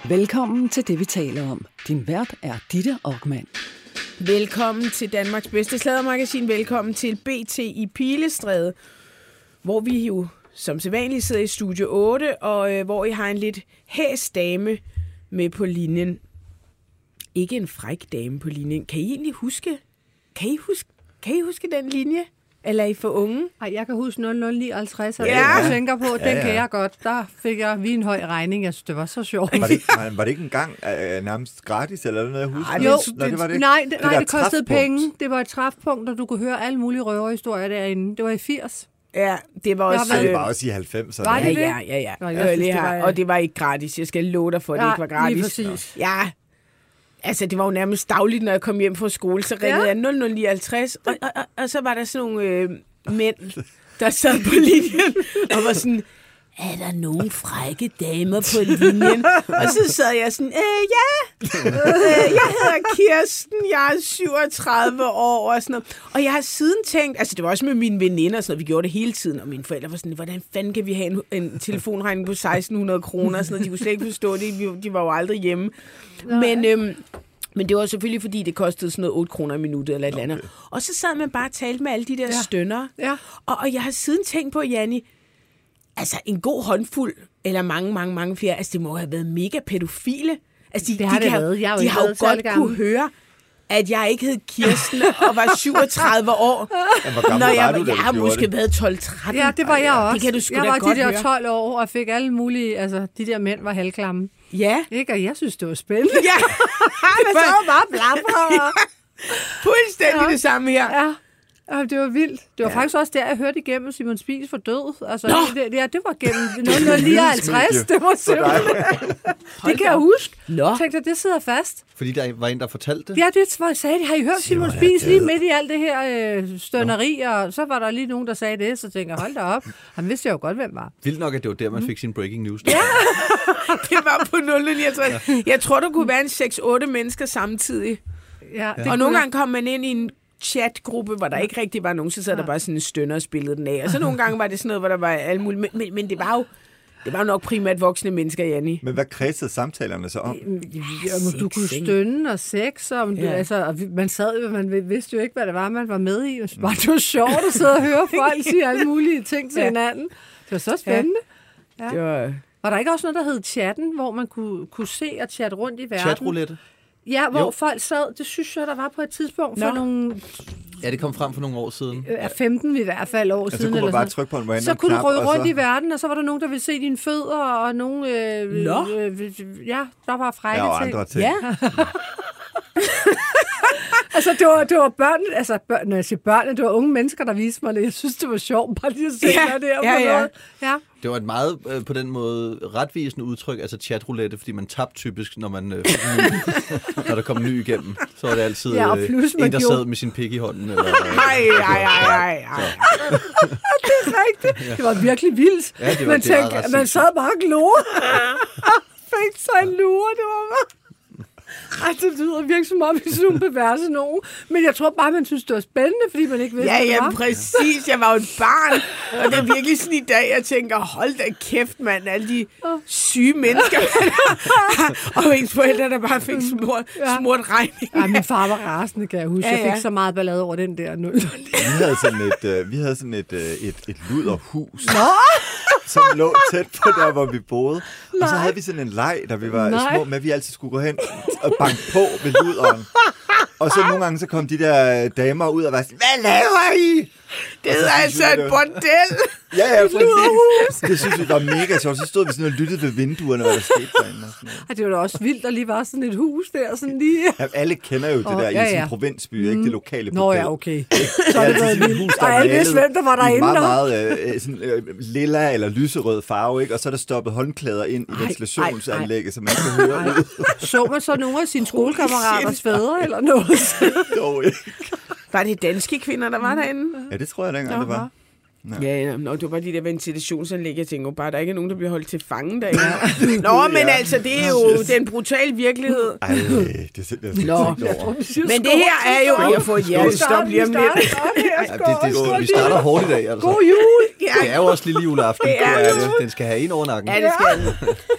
Velkommen til det, vi taler om. Din vært er Ditte Okman. Velkommen til Danmarks bedste sladdermagasin. Velkommen til BT i Pilestræde, hvor vi jo som sædvanligt sidder i Studio 8, og hvor I har en lidt hæs dame med på linjen. Ikke en fræk dame på linjen. Kan I egentlig huske? Kan I huske den linje? Eller er I for unge? Ej, jeg kan huske 0059, og jeg tænker på, den kan jeg godt. Der fik jeg en høj regning. Jeg synes, det var så sjovt. Var det ikke engang nærmest gratis, eller noget, jeg husker? Nej, det kostede penge. Det var et træfpunkt, og du kunne høre alle mulige røverhistorier derinde. Det var i 80. Ja, det var også... Det var også i 90'erne. Var det det? Ja. Og det var ikke gratis. Jeg skal love dig for, at det ikke var gratis. Lige præcis. Ja, altså, det var jo nærmest dagligt, når jeg kom hjem fra skole, så ringede jeg 0059, og så var der sådan nogle mænd, der sad på linjen, og var sådan, er der nogle frække damer på linjen? Og så sad jeg sådan, jeg hedder Kirsten, jeg er 37 år, og sådan noget. Og jeg har siden tænkt, altså det var også med mine veninder, sådan noget, vi gjorde det hele tiden, og mine forældre var sådan, hvordan fanden kan vi have en telefonregning på 1.600 kroner, sådan noget, de kunne slet ikke forstå det, de var jo aldrig hjemme. Men det var selvfølgelig, fordi det kostede sådan noget 8 kroner i minuttet eller et eller andet. Og så sad man bare og talte med alle de der stønner. Ja. Og jeg har siden tænkt på, Janni, altså en god håndfuld, eller mange flere, altså det må have været mega pædofile. Altså de har jo godt kunne høre, at jeg ikke hed Kirsten og var 37 år. Når jeg har måske været 12-13. Ja, det var jeg også. Det kan du sgu da godt godt høre. Jeg høre. var de der 12 år og fik alle mulige, altså de der mænd var halvklamme. Ja. Ikke? Og jeg synes, det var spændende. Ja. Men så var bare blabber. Fuldstændig det samme her. Ja. Ja, det var vildt. Det var faktisk også der, jeg hørte igennem Simon Spies for død. Altså, det var gennem 0059. Det var simpelthen. Det kan jeg huske. Tænkte, det sidder fast. Fordi der var en, der fortalte det? Ja, det sagde de. Har I hørt Simon Spies lige midt i alt det her stønneri? Og så var der lige nogen, der sagde det. Så tænkte jeg, hold da op. Han vidste jo godt, hvem var. Vildt nok, at det var der, man fik sin breaking news. Ja, det var på 0059. Jeg tror, der kunne være en 6-8 mennesker samtidig. Ja. Og nogle gange kom man ind i en chatgruppe, hvor der ikke rigtig var nogen, så sad der bare sådan en stønner og spillede den af. Og så nogle gange var det sådan noget, hvor der var alle mulige... Men det var jo nok primært voksne mennesker, Janni. Men hvad kredsede samtalerne så om? Du kunne stønne og sex, og man sad, man vidste jo ikke, hvad det var, man var med i. Det var sjovt at sidde og høre folk sige alle mulige ting til hinanden. Det var så spændende. Ja. Ja. Var der ikke også noget, der hed chatten, hvor man kunne se og chatte rundt i verden? Chatroulette? Ja, hvor folk sad, det synes jeg, der var på et tidspunkt for nogle... Ja, det kom frem for nogle år siden. 15 i hvert fald år siden. Så kunne man bare trykke på en random knap. Så kunne du ryge rundt så... i verden, og så var der nogen, der ville se dine fødder, og nogen... der var frække ting. Ja, og andre ting. Ja. Altså, det var børn, når jeg siger børn, det var unge mennesker, der viste mig det. Jeg synes, det var sjovt bare lige at se, hvad det er på noget. Ja. Det var et meget, på den måde, retvisende udtryk, altså chatroulette, fordi man tabte typisk, når man når der kom ny igennem. Så var det altid en, der sad med sin pik i hånden. Eller, Nej. Det er rigtigt. Ja. Det var virkelig vildt. Ja, det var, man sad bare og glor. Fik så en lure, det var bare... Ej, det lyder virkelig som om, vi er sådan nogle perverse nogen. Men jeg tror bare, man synes, det var spændende, fordi man ikke vidste, hvad det var. Præcis. Jeg var jo et barn. Og det er virkelig sådan i dag, jeg tænker, hold da kæft, mand. Alle de syge mennesker. Og ens forældre, der bare fik smurt regning. Ja, min far var rasende, kan jeg huske. Jeg fik så meget ballade over den der 0. Vi havde sådan et luderhus. Som lå tæt på der, hvor vi boede. Og så havde vi sådan en leg, da vi var små, med vi altid skulle gå hen og banke på ved luderen. Og så nogle gange så kom de der damer ud og var sådan, hvad laver I? Det er altså et bordel. Ja, det synes vi var mega sjovt. Så stod vi sådan og lyttede ved vinduerne, hvad der skete derinde. Det var da også vildt, der lige var sådan et hus der. Sådan lige. Ja, alle kender jo det der i sådan en provinsby, ikke det lokale bordel. Nå ja, okay. Så er det været vildt. Og alle vidste, hvem der var derinde. Meget sådan, lilla eller lyserød farve, ikke? Og så er der stoppet håndklæder ind i ventilationsanlægget, så man kan høre ud. Så man så nogle af sine skolekammeraters fædre eller noget? Jo, ikke. Var det danske kvinder, der var derinde? Ja, det tror jeg dengang, det var. Ja, det var bare de der ventilationsanlæg, jeg tænker bare, der ikke er nogen, der bliver holdt til fange derinde. Nå, men altså, det er jo den brutale virkelighed. Ej, det er simpelthen over. Men det her er jo... Jeg får et hjertestop lige om lidt. Vi starter hårdt i dag, altså. God jul! Det er jo også lille juleaften. Den skal have en over nakken. Ja, det skal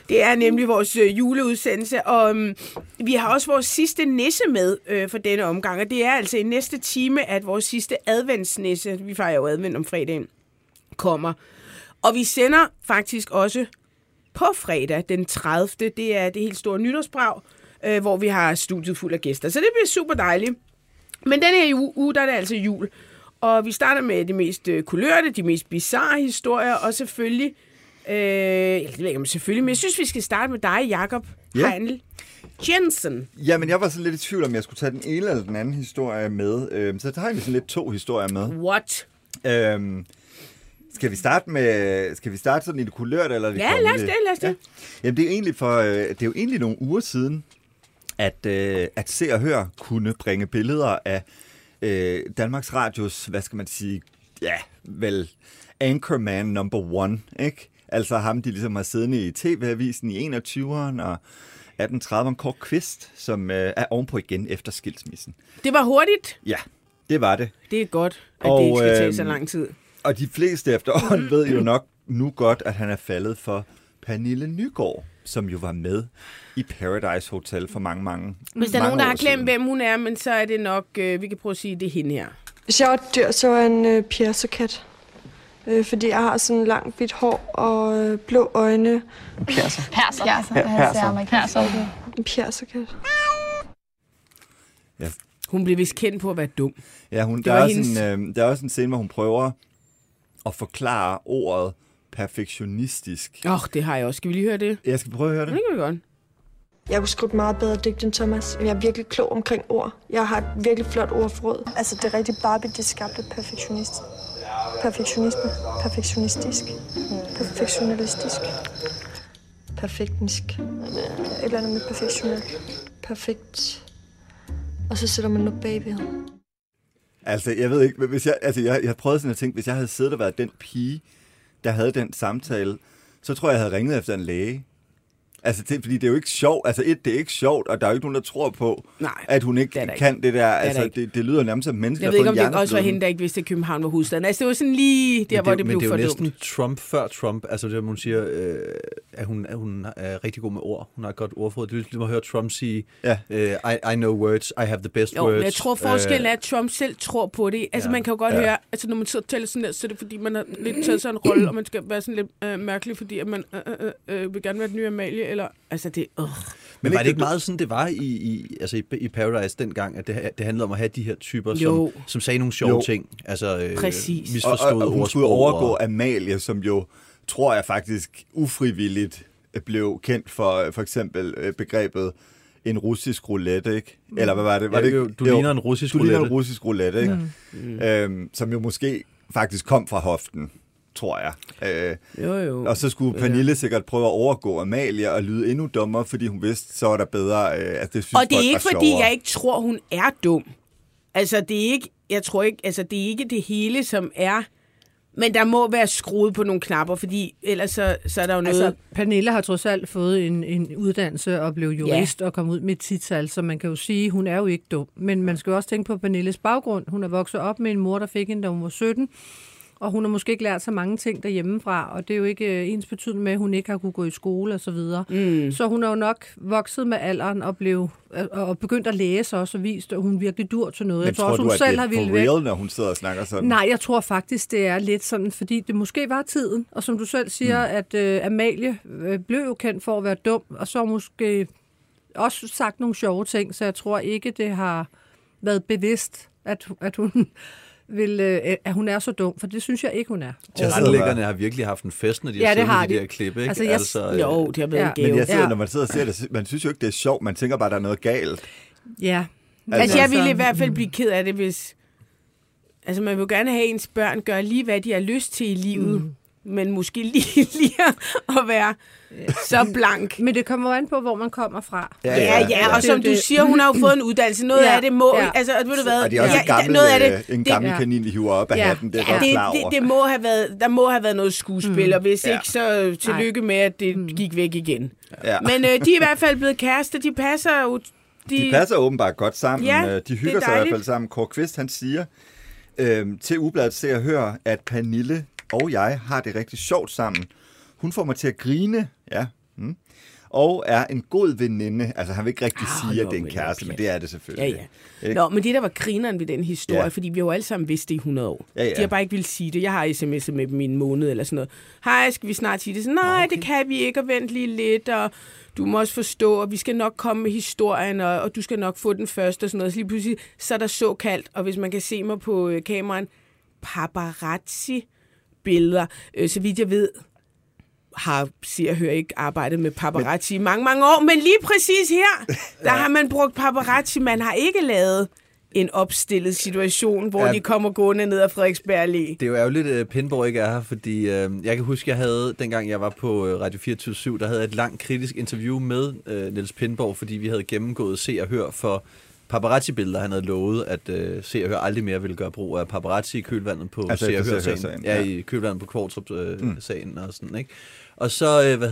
Det er nemlig vores juleudsendelse, og vi har også vores sidste nisse med for denne omgang, og det er altså i næste time, at vores sidste adventsnisse, vi fejrer jo advent om fredagen, kommer. Og vi sender faktisk også på fredag den 30. Det er det helt store nytårsbrag, hvor vi har studiet fuld af gæster. Så det bliver super dejligt. Men den her uge, der er det altså jul. Og vi starter med det mest kulørte, de mest bizarre historier, og selvfølgelig, jeg ved ikke om selvfølgelig, men jeg synes, vi skal starte med dig, Jakob Heinl Jensen. Jamen, jeg var så lidt i tvivl, om jeg skulle tage den ene eller den anden historie med. Så der har jeg sådan lidt 2 historier med. What? Skal vi starte sådan i det kulørte, eller det kongelige? Lad os det. Ja. Jamen, det er jo egentlig nogle uger siden, at Se og Hør kunne bringe billeder af Danmarks Radios, hvad skal man sige, anchorman number 1, ikke? Altså ham, de ligesom har siddende i TV-avisen i 21'eren og 1830'eren, Kåre Kvist, som er ovenpå igen efter skilsmissen. Det var hurtigt? Ja, det var det. Det er godt, at det ikke skal tage så lang tid. Og de fleste efterhånden ved jo nok nu godt, at han er faldet for Pernille Nygaard, som jo var med i Paradise Hotel for mange Hvis der er nogen, der har glemt, hvem hun er, men så er det nok, vi kan prøve at sige, det er hende her. Hvis jeg var et dyr, så var jeg en perserkat. Fordi jeg har sådan langt hvidt hår og blå øjne. Perser. En perserkat. Ja. Hun blev vist kendt på at være dum. Ja, der er også en scene, hvor hun prøver at forklare ordet perfektionistisk. Det har jeg også. Skal vi lige høre det? Jeg skal prøve at høre det. Det kan vi godt. Jeg kunne skrive et meget bedre digt end Thomas. Jeg er virkelig klog omkring ord. Jeg har et virkelig flot ordforråd. Altså, det er rigtig Barbie, det skabte perfektionist. Perfektionisme. Perfektionistisk. Perfektionalistisk. Perfektisk. Et eller andet med perfektionel. Perfekt. Og så sætter man noget bagved. Altså, jeg ved ikke, hvis jeg prøvede sådan at tænke, hvis jeg havde siddet og været den pige, der havde den samtale, så tror jeg havde ringet efter en læge. Altså, fordi det er jo ikke sjovt. Altså, det er ikke sjovt, og der er jo ikke nogen, der tror på, at hun ikke kan det der. Altså, det lyder nærmest som mennesker. Jeg ved ikke, om det også var hende, der ikke vidste, at København var hovedstaden. Altså, det var sådan lige der, hvor det blev for dumt. Men det er jo næsten Trump før Trump. Altså, det man siger, at hun er rigtig god med ord. Hun har et godt ordforråd. Det er ligesom at høre Trump sige, I know words, I have the best words. Jeg tror, forskellen er, at Trump selv tror på det. Altså, man kan jo godt høre, altså, når man så tæller sådan der, så er det, fordi man har lidt taget sig en rolle, og man skal være sådan lidt mærkelig, fordi at man vil gerne være den nye Amalie, eller altså det. Men var det ikke meget sådan, det var i Paradise dengang, at det handlede om at have de her typer, som sagde nogle sjove ting? Altså, præcis. Misforstået og hun skulle overgå Amalie, som jo, tror jeg faktisk, ufrivilligt blev kendt for eksempel begrebet en russisk roulette, ikke? Eller hvad var det? Du ligner en russisk roulette. Du ligner en russisk roulette, ikke? Som jo måske faktisk kom fra hoften, tror jeg. Jo. Og så skulle Pernille sikkert prøve at overgå Amalie og lyde endnu dummere, fordi hun vidste, så var der bedre. Det synes og det er ikke, fordi sjovere. jeg ikke tror, hun er dum. Altså, det er ikke, jeg tror ikke, altså, det er ikke det hele, som er. Men der må være skruet på nogle knapper, fordi ellers så er der jo noget. Altså, Pernille har trods alt fået en uddannelse og blev jurist og kom ud med et tital, så man kan jo sige, hun er jo ikke dum. Men man skal jo også tænke på Pernilles baggrund. Hun er vokset op med en mor, der fik hende, da hun var 17. Og hun har måske ikke lært så mange ting derhjemmefra, og det er jo ikke ens betydende med, at hun ikke har kunne gå i skole og så videre. Så hun har jo nok vokset med alderen og begyndt at læse også og vist, at hun virkelig dur til noget. Men jeg tror også, også, hun selv selv har ville væk? Real, når hun sidder og snakker sådan? Nej, jeg tror faktisk, det er lidt sådan, fordi det måske var tiden. Og som du selv siger, at Amalie blev jo kendt for at være dum, og så måske også sagt nogle sjove ting, så jeg tror ikke, det har været bevidst, at hun er så dum, for det synes jeg ikke, hun er. Tilrettelæggerne har virkelig haft en fest, når de har siddet i de der klip, ikke? Jo, det har været en gave. Men jeg sidder, når man sidder og ser det, man synes jo ikke, det er sjovt. Man tænker bare, der er noget galt. Ja. Altså, jeg ville i hvert fald blive ked af det, hvis. Altså, man vil gerne have ens børn gøre lige, hvad de har lyst til i livet. Men måske lige at være så blank. Men det kommer jo an på, hvor man kommer fra. Ja, og som du siger, hun har jo fået en uddannelse. Noget af det må. Altså, ved du hvad? Og det er også en gammel kanin, de hiver op af hatten. Det er godt klar over. Det må have været, der må have været noget skuespil, og hvis ikke, så tillykke med, at det gik væk igen. Ja. Men de er i hvert fald blevet kærester. De passer jo. De passer åbenbart godt sammen. Ja, de hygger sig i hvert fald sammen. Kåre Kvist, han siger til Ugebladet Se og Hør, at Pernille og jeg har det rigtig sjovt sammen. Hun får mig til at grine, Og er en god veninde. Altså, han vil ikke rigtig sige, at det er en kæreste, men det er det selvfølgelig. Ja. Nå, men det, der var grineren ved den historie, fordi vi jo alle sammen vidste det i 100 år. Ja. De har bare ikke ville sige det. Jeg har sms'et med dem i en måned eller sådan noget. Hej, skal vi snart sige det? Så, nej, det kan vi ikke, og vent lige lidt, og du må også forstå, at vi skal nok komme med historien, og du skal nok få den først, og sådan noget. Så lige pludselig, så er der såkaldt, og hvis man kan se mig på kameraen, paparazzi-billeder. Så vidt jeg ved, har Se og Hør ikke arbejdet med paparazzi i mange år, men lige præcis her, der har man brugt paparazzi. Man har ikke lavet en opstillet situation, hvor de kommer gående ned ad Frederiksberg Allé. Det er jo ærgerligt, at Pindborg ikke er her, fordi jeg kan huske, jeg havde, dengang jeg var på Radio 24/7, der havde jeg et langt kritisk interview med Niels Pindborg, fordi vi havde gennemgået Se og Hør for paparazzi-billeder. Han havde lovet, at Se og Hør aldrig mere ville gøre brug af paparazzi i kølvandet på Se og Hør-sagen. Ja, i kølvandet på Kvartrup-sagen og sådan, ikke? Og så,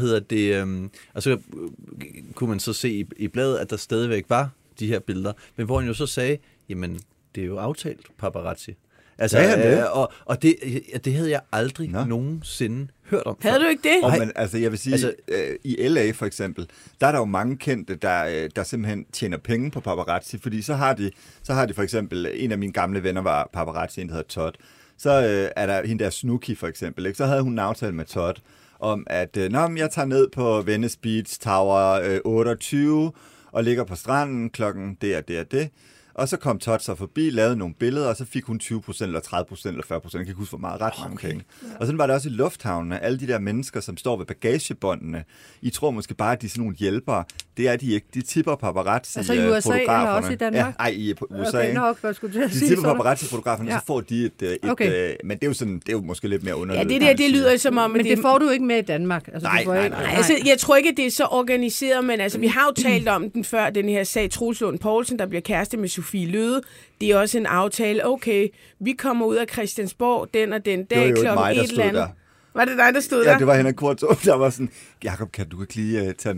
og så kunne man så se i bladet, at der stadigvæk var de her billeder, men hvor han jo så sagde, jamen, det er jo aftalt paparazzi. Altså, og det havde jeg aldrig nogensinde hørt om. Havde du ikke det? Men, altså, jeg vil sige, i LA for eksempel, der er der jo mange kendte, der simpelthen tjener penge på paparazzi, fordi så har de for eksempel, en af mine gamle venner var paparazzi, en der hedder Todd. Så er der hende der Snooki for eksempel, ikke? Så havde hun en aftale med Todd om, at jeg tager ned på Venice Beach Tower 28 og ligger på stranden klokken det. Og så kom Todd så forbi, lavede nogle billeder, og så fik hun 20% eller 30% eller 40%. Jeg kan ikke huske, hvor meget, ret mange penge. Og sådan var det også i lufthavnene. Alle de der mennesker, som står ved bagagebåndene, I tror måske bare, at de er sådan nogle hjælpere. Det er de ikke. De tipper paparazzi-fotograferne. Altså i USA eller også i Danmark? Ja, i USA. Okay, nok, de tipper paparazzi-fotograferne, så får de men det er jo måske lidt mere underligt. Ja, det lyder som om... Men det får du ikke med i Danmark. Altså, nej. Altså, jeg tror ikke, at det er så organiseret, men altså, vi har jo talt om den før, den her sag, Troels Lund Poulsen, der bliver kæreste med Sofie Løde. Det er også en aftale. Okay, vi kommer ud af Christiansborg den og den dag klokken et eller andet. Var det dig, der stod der? Ja, det var Henrik Kortrup, der var sådan, Jakob, kan du ikke lige tage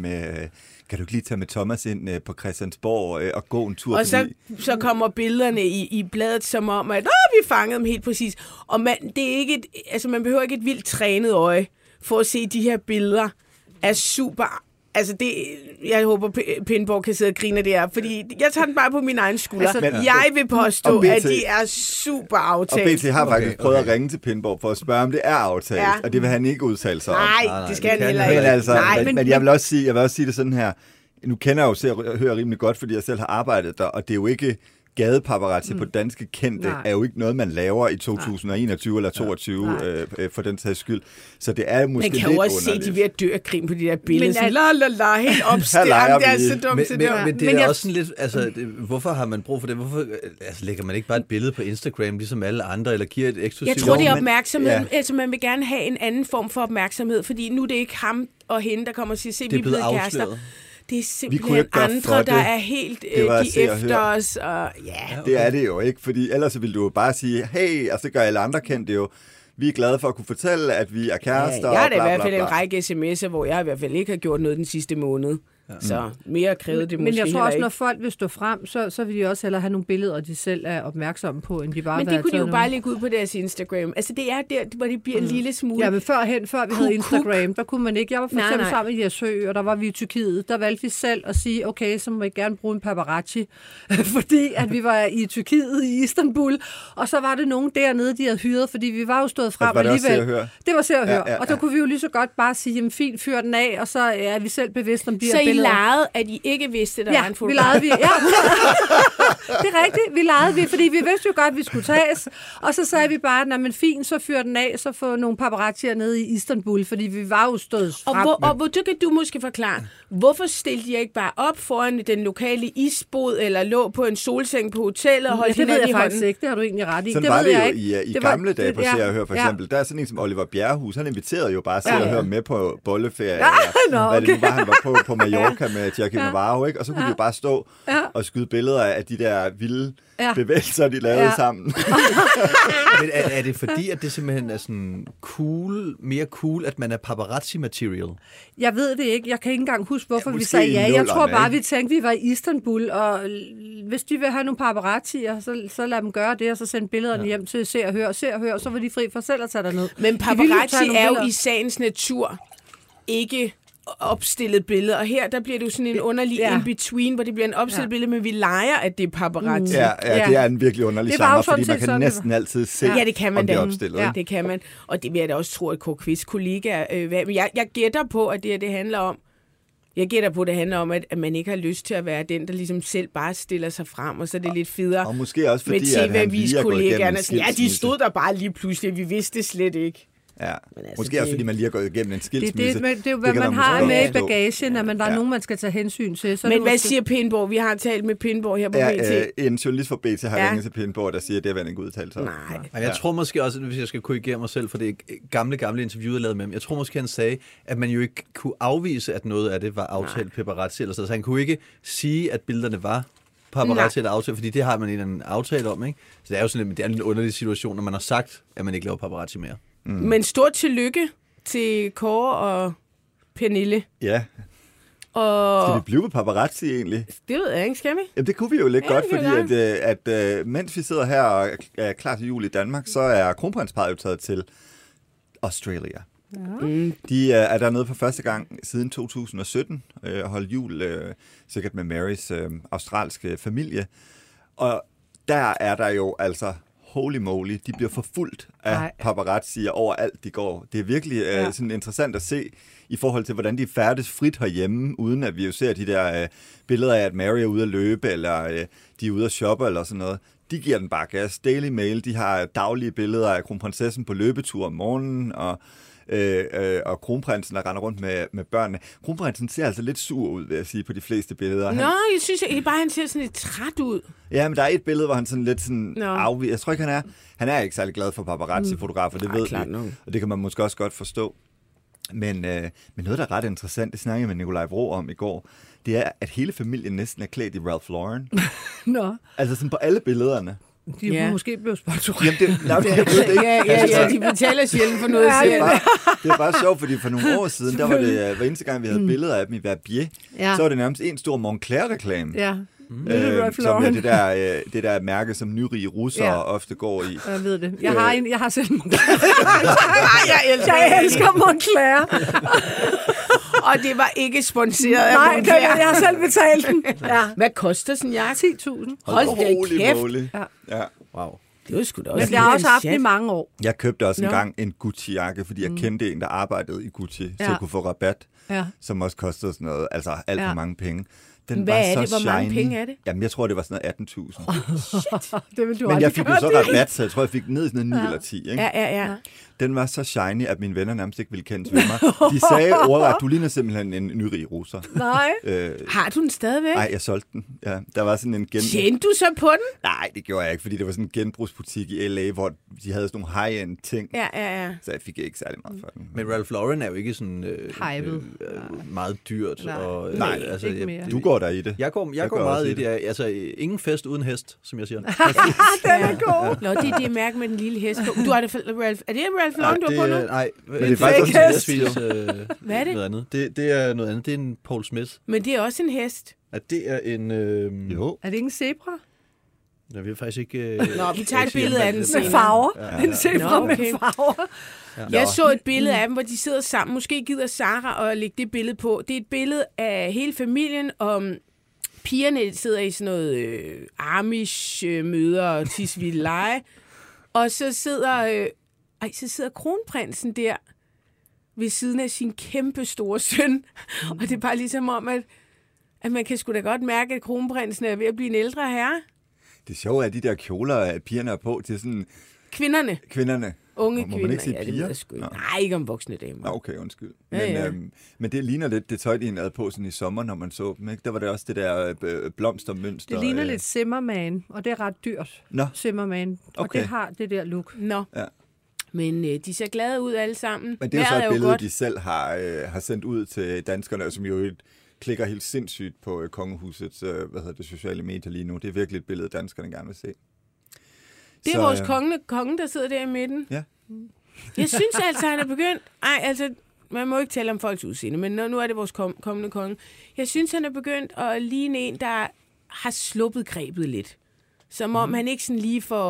med Thomas ind på Christiansborg og gå en tur? Og så kommer billederne i bladet som om, at vi fangede dem helt præcis. Og man behøver ikke et vildt trænet øje for at se de her billeder af super... Altså jeg håber, Pindborg kan sidde og grine det her, fordi jeg tager den bare på min egen skulder. Altså, jeg vil påstå, at de er super aftalt. Og BT har faktisk prøvet at ringe til Pindborg for at spørge, om det er aftalt, og det vil han ikke udtale sig om. Nej, det skal han heller ikke. Men jeg vil også sige det sådan her. Nu kender jeg jo Se og Hør rimelig godt, fordi jeg selv har arbejdet der, og det er jo ikke... Gadepaparazzi på danske kendte er jo ikke noget, man laver i 2021 eller 2022 for den sags skyld. Så det er måske lidt underligt. Man kan jo også se, de ved at dø af grin på de der billeder. Helt opstemt. Det er så dumt til det. Men det er også sådan lidt, altså, hvorfor har man brug for det? Hvorfor lægger man ikke bare et billede på Instagram, ligesom alle andre, eller giver et eksklusivt? Jeg tror, det er opmærksomhed. Altså, man vil gerne have en anden form for opmærksomhed, fordi nu er det ikke ham og hende, der kommer og siger, se, vi er blevet kærester. Det er simpelthen andre, der er helt de efter os. Og, Det er det jo ikke, fordi ellers vil du jo bare sige, hey, og så gør alle andre kendt det jo. Vi er glade for at kunne fortælle, at vi er kærester. Jeg har da i hvert fald en række sms'er, hvor jeg i hvert fald ikke har gjort noget den sidste måned. Så mere krævede det måske. Men jeg tror også, når folk vil stå frem, så vil de også hellere have nogle billeder, de selv er opmærksomme på, end de bare... Men det kunne de jo bare lægge ud på deres Instagram. Altså det er der, hvor det bliver en lille smule... Ja, men før vi havde Instagram, der kunne man ikke... Jeg var for eksempel sammen i Jersø, og der var vi i Tyrkiet. Der valgte vi selv at sige, okay, så må vi gerne bruge en paparazzi, fordi at vi var i Tyrkiet, i Istanbul, og så var det nogen dernede, de havde hyret, fordi vi var jo stået frem alligevel. Det var Se og Hør. Og der kunne vi jo lige så godt bare sige, jamen fint, fyr den af, og så er vi selv bevidste om de her billeder. I legede, at I ikke vidste, der var en fotograf? Ja, vi legede. Ja. Det er rigtigt, vi legede, fordi vi vidste jo godt, at vi skulle tages. Og så sagde vi bare, nej, men fint, så fyr den af, så få nogle paparazzier nede i Istanbul, fordi vi var jo stået frem. Og hvor kan du måske forklare, hvorfor stillede jeg ikke bare op foran den lokale isbod, eller lå på en solseng på hotellet og holdt hinanden i hånden? Det ved jeg faktisk ikke, det har du egentlig ret i. Sådan var det jo i gamle dage på Se og Hør, for eksempel. Der er sådan en som Oliver Bjerrehus, han inviterede jo bare Se og Hør med på bolleferie, hvad det nu var, han var på Mallorca med Jackie Navarro, ikke? Og så kunne de jo bare stå og skyde billeder af de der vilde bevægelser, de lavede sammen. Men er det fordi, at det simpelthen er sådan mere cool, at man er paparazzi-material? Jeg ved det ikke. Jeg kan ikke engang huske, hvorfor vi sagde ja. Jeg tror bare, vi tænkte, vi var i Istanbul, og hvis de vil have nogle paparazzier, så lad dem gøre det, og så sende billederne hjem til Se og Hør. Se og Hør, så var de fri for selv at tage derned. Men paparazzi er jo i sagens natur ikke opstillet billede, og her der bliver det jo sådan en underlig in-between, hvor det bliver en opstillet billede, men vi leger, at det er paparazzi. Ja, det er en virkelig underlig genre, fordi man kan næsten altid se, det kan man om det er opstillet. Ja, det kan man. Og det vil jeg da også tro, at Kåre Kvist kollega... Jeg gætter på, at det handler om, at man ikke har lyst til at være den, der ligesom selv bare stiller sig frem, og så er det lidt federe. Og måske også fordi, at han lige er gået igennem en skilsmisse. Ja, de stod der bare lige pludselig, vi vidste det slet ikke. Ja, altså, måske også fordi man lige har gået igennem en skilsmisse. Det er jo, hvad man har med i bagagen, at der er nogen, man skal tage hensyn til. Så men hvad siger Pindborg? Vi har talt med Pindborg her på BT. En journalist fra BT har ringet til Pindborg, der siger, at det har været en god udtalelse. Nej. Jeg tror måske også, hvis jeg skal korrigere mig selv, for det gamle interview, jeg lavede med ham, jeg tror måske, han sagde, at man jo ikke kunne afvise, at noget af det var aftalt paparazzi eller så han kunne ikke sige, at billederne var paparazzi eller aftalt, fordi det har man en eller anden aftale om, ikke? Så det er jo sådan en underlig situation, når man har sagt, at man ikke laver paparazzi mere. Men stort tillykke til Kåre og Pernille. Ja. Og... Skal vi blive på paparazzi egentlig? Det ved jeg ikke, skal vi? Jamen, det kunne vi jo lidt godt, fordi at mens vi sidder her og er klar til jul i Danmark, så er kronprinsparret jo taget til Australia. Ja. De er dernede for første gang siden 2017 og holdt jul sikkert med Marys australske familie. Og der er der jo altså... Holy moly, de bliver forfulgt af paparazzier overalt, de går. Det er virkelig sådan interessant at se i forhold til, hvordan de færdes frit herhjemme, uden at vi jo ser de der billeder af, at Mary er ude at løbe, eller de er ude at shoppe, eller sådan noget. De giver den bare gas. Daily Mail, de har daglige billeder af kronprinsessen på løbetur om morgenen, og kronprinsen, der render rundt med børnene. Kronprinsen ser altså lidt sur ud, vil jeg sige, på de fleste billeder. Jeg synes bare, han ser sådan lidt træt ud. Ja, men der er et billede, hvor han sådan lidt sådan afviger. Jeg tror ikke, han er ikke særlig glad for paparazzi-fotografer, det ved vi. Og det kan man måske også godt forstå. Men noget, der er ret interessant, det snakkede jeg med Nikolaj Vraa om i går, det er, at hele familien næsten er klædt i Ralph Lauren. Altså sådan på alle billederne. De er måske blevet sponsoreret. Ja, de betaler sjældent for noget selv. Det er bare sjovt, fordi for nogle år siden, der var det, hver eneste gang, vi havde billeder af dem i Verbier, så var det nærmest en stor Moncler-reklame. Ja. Som er det der mærke, som nyrige russere ofte går i. Jeg ved det. Jeg har selv Moncler. Jeg elsker Moncler. Og det var ikke sponsoreret af Moncler. Nej, jeg har selv betalt den. Ja. Hvad koster sådan en jakke? 10.000. Hold da kæft. Ja. Wow. Det var sgu da også. Men jeg har også haft den i mange år. Jeg købte også engang en Gucci-jakke, fordi jeg kendte en, der arbejdede i Gucci, så jeg kunne få rabat, som også kostede sådan noget, altså alt for mange penge. Hvad er det? Hvor mange penge er det? Jamen, jeg tror, det var sådan noget 18.000. Det vil du men jeg fik jo så rabat, så jeg tror, jeg fik ned i sådan noget 9 eller 10. Ikke? Ja. Den var så shiny, at mine venner nærmest ikke ville kendes ved mig. De sagde ordret, du ligner simpelthen en nyrig russer. Nej. Har du den stadigvæk? Nej, jeg solgte den. Ja, der var sådan en Tjente du så på den? Nej, det gjorde jeg ikke, fordi det var sådan en genbrugsbutik i LA, hvor de havde sådan nogle high-end ting. Ja. Så jeg fik ikke særlig meget for den. Men Ralph Lauren er jo ikke sådan meget dyrt. Nej, altså, du går der i det. Jeg går meget i det. Altså, ingen fest uden hest, som jeg siger. Den er god. Nå, det er det mærke med den lille hest. Du har det, Ralph. Er det Ralph Lauren, du har på nu? Nej, men det er faktisk hest. Hvad er det? Noget andet. Det er noget andet. Det er en Paul Smith. Men det er også en hest. Ja, det er en... Jo. Er det ikke en zebra? Jeg vil faktisk ikke... Nå, vi tager et billede af den senere. Med farver. En zebra med farver. Ja. Jeg så et billede af dem, hvor de sidder sammen. Måske gider Sara at lægge det billede på. Det er et billede af hele familien, og pigerne sidder i sådan noget Amish-møder og tisvilde lege. Og så sidder kronprinsen der ved siden af sin kæmpe store søn. Og det er bare ligesom om, at man kan sgu da godt mærke, at kronprinsen er ved at blive en ældre herre. Det sjove er, at de der kjoler, at pigerne er på til sådan... Kvinderne. Unge kvinder. Må man ikke sige piger? Det ved jeg sgu ikke. Nej, ikke om voksne damer. Okay, undskyld. Men det ligner lidt det tøj, de havde på sådan i sommer, når man så dem. Ikke? Der var det også det der blomstermønster. Det ligner lidt Zimmerman, og det er ret dyrt. Zimmerman. Okay. Og det har det der look. Nå. Ja. Men de ser glade ud alle sammen. Men det er jo så et billede, de selv har sendt ud til danskerne, som jo klikker helt sindssygt på kongehusets sociale medier lige nu. Det er virkelig et billede, danskerne gerne vil se. Det er vores konge, der sidder der i midten. Ja. Jeg synes altså, han er begyndt... man må ikke tale om folks udseende, men nu er det vores kommende konge. Jeg synes, han er begyndt at ligne en, der har sluppet grebet lidt. Som om han ikke sådan lige får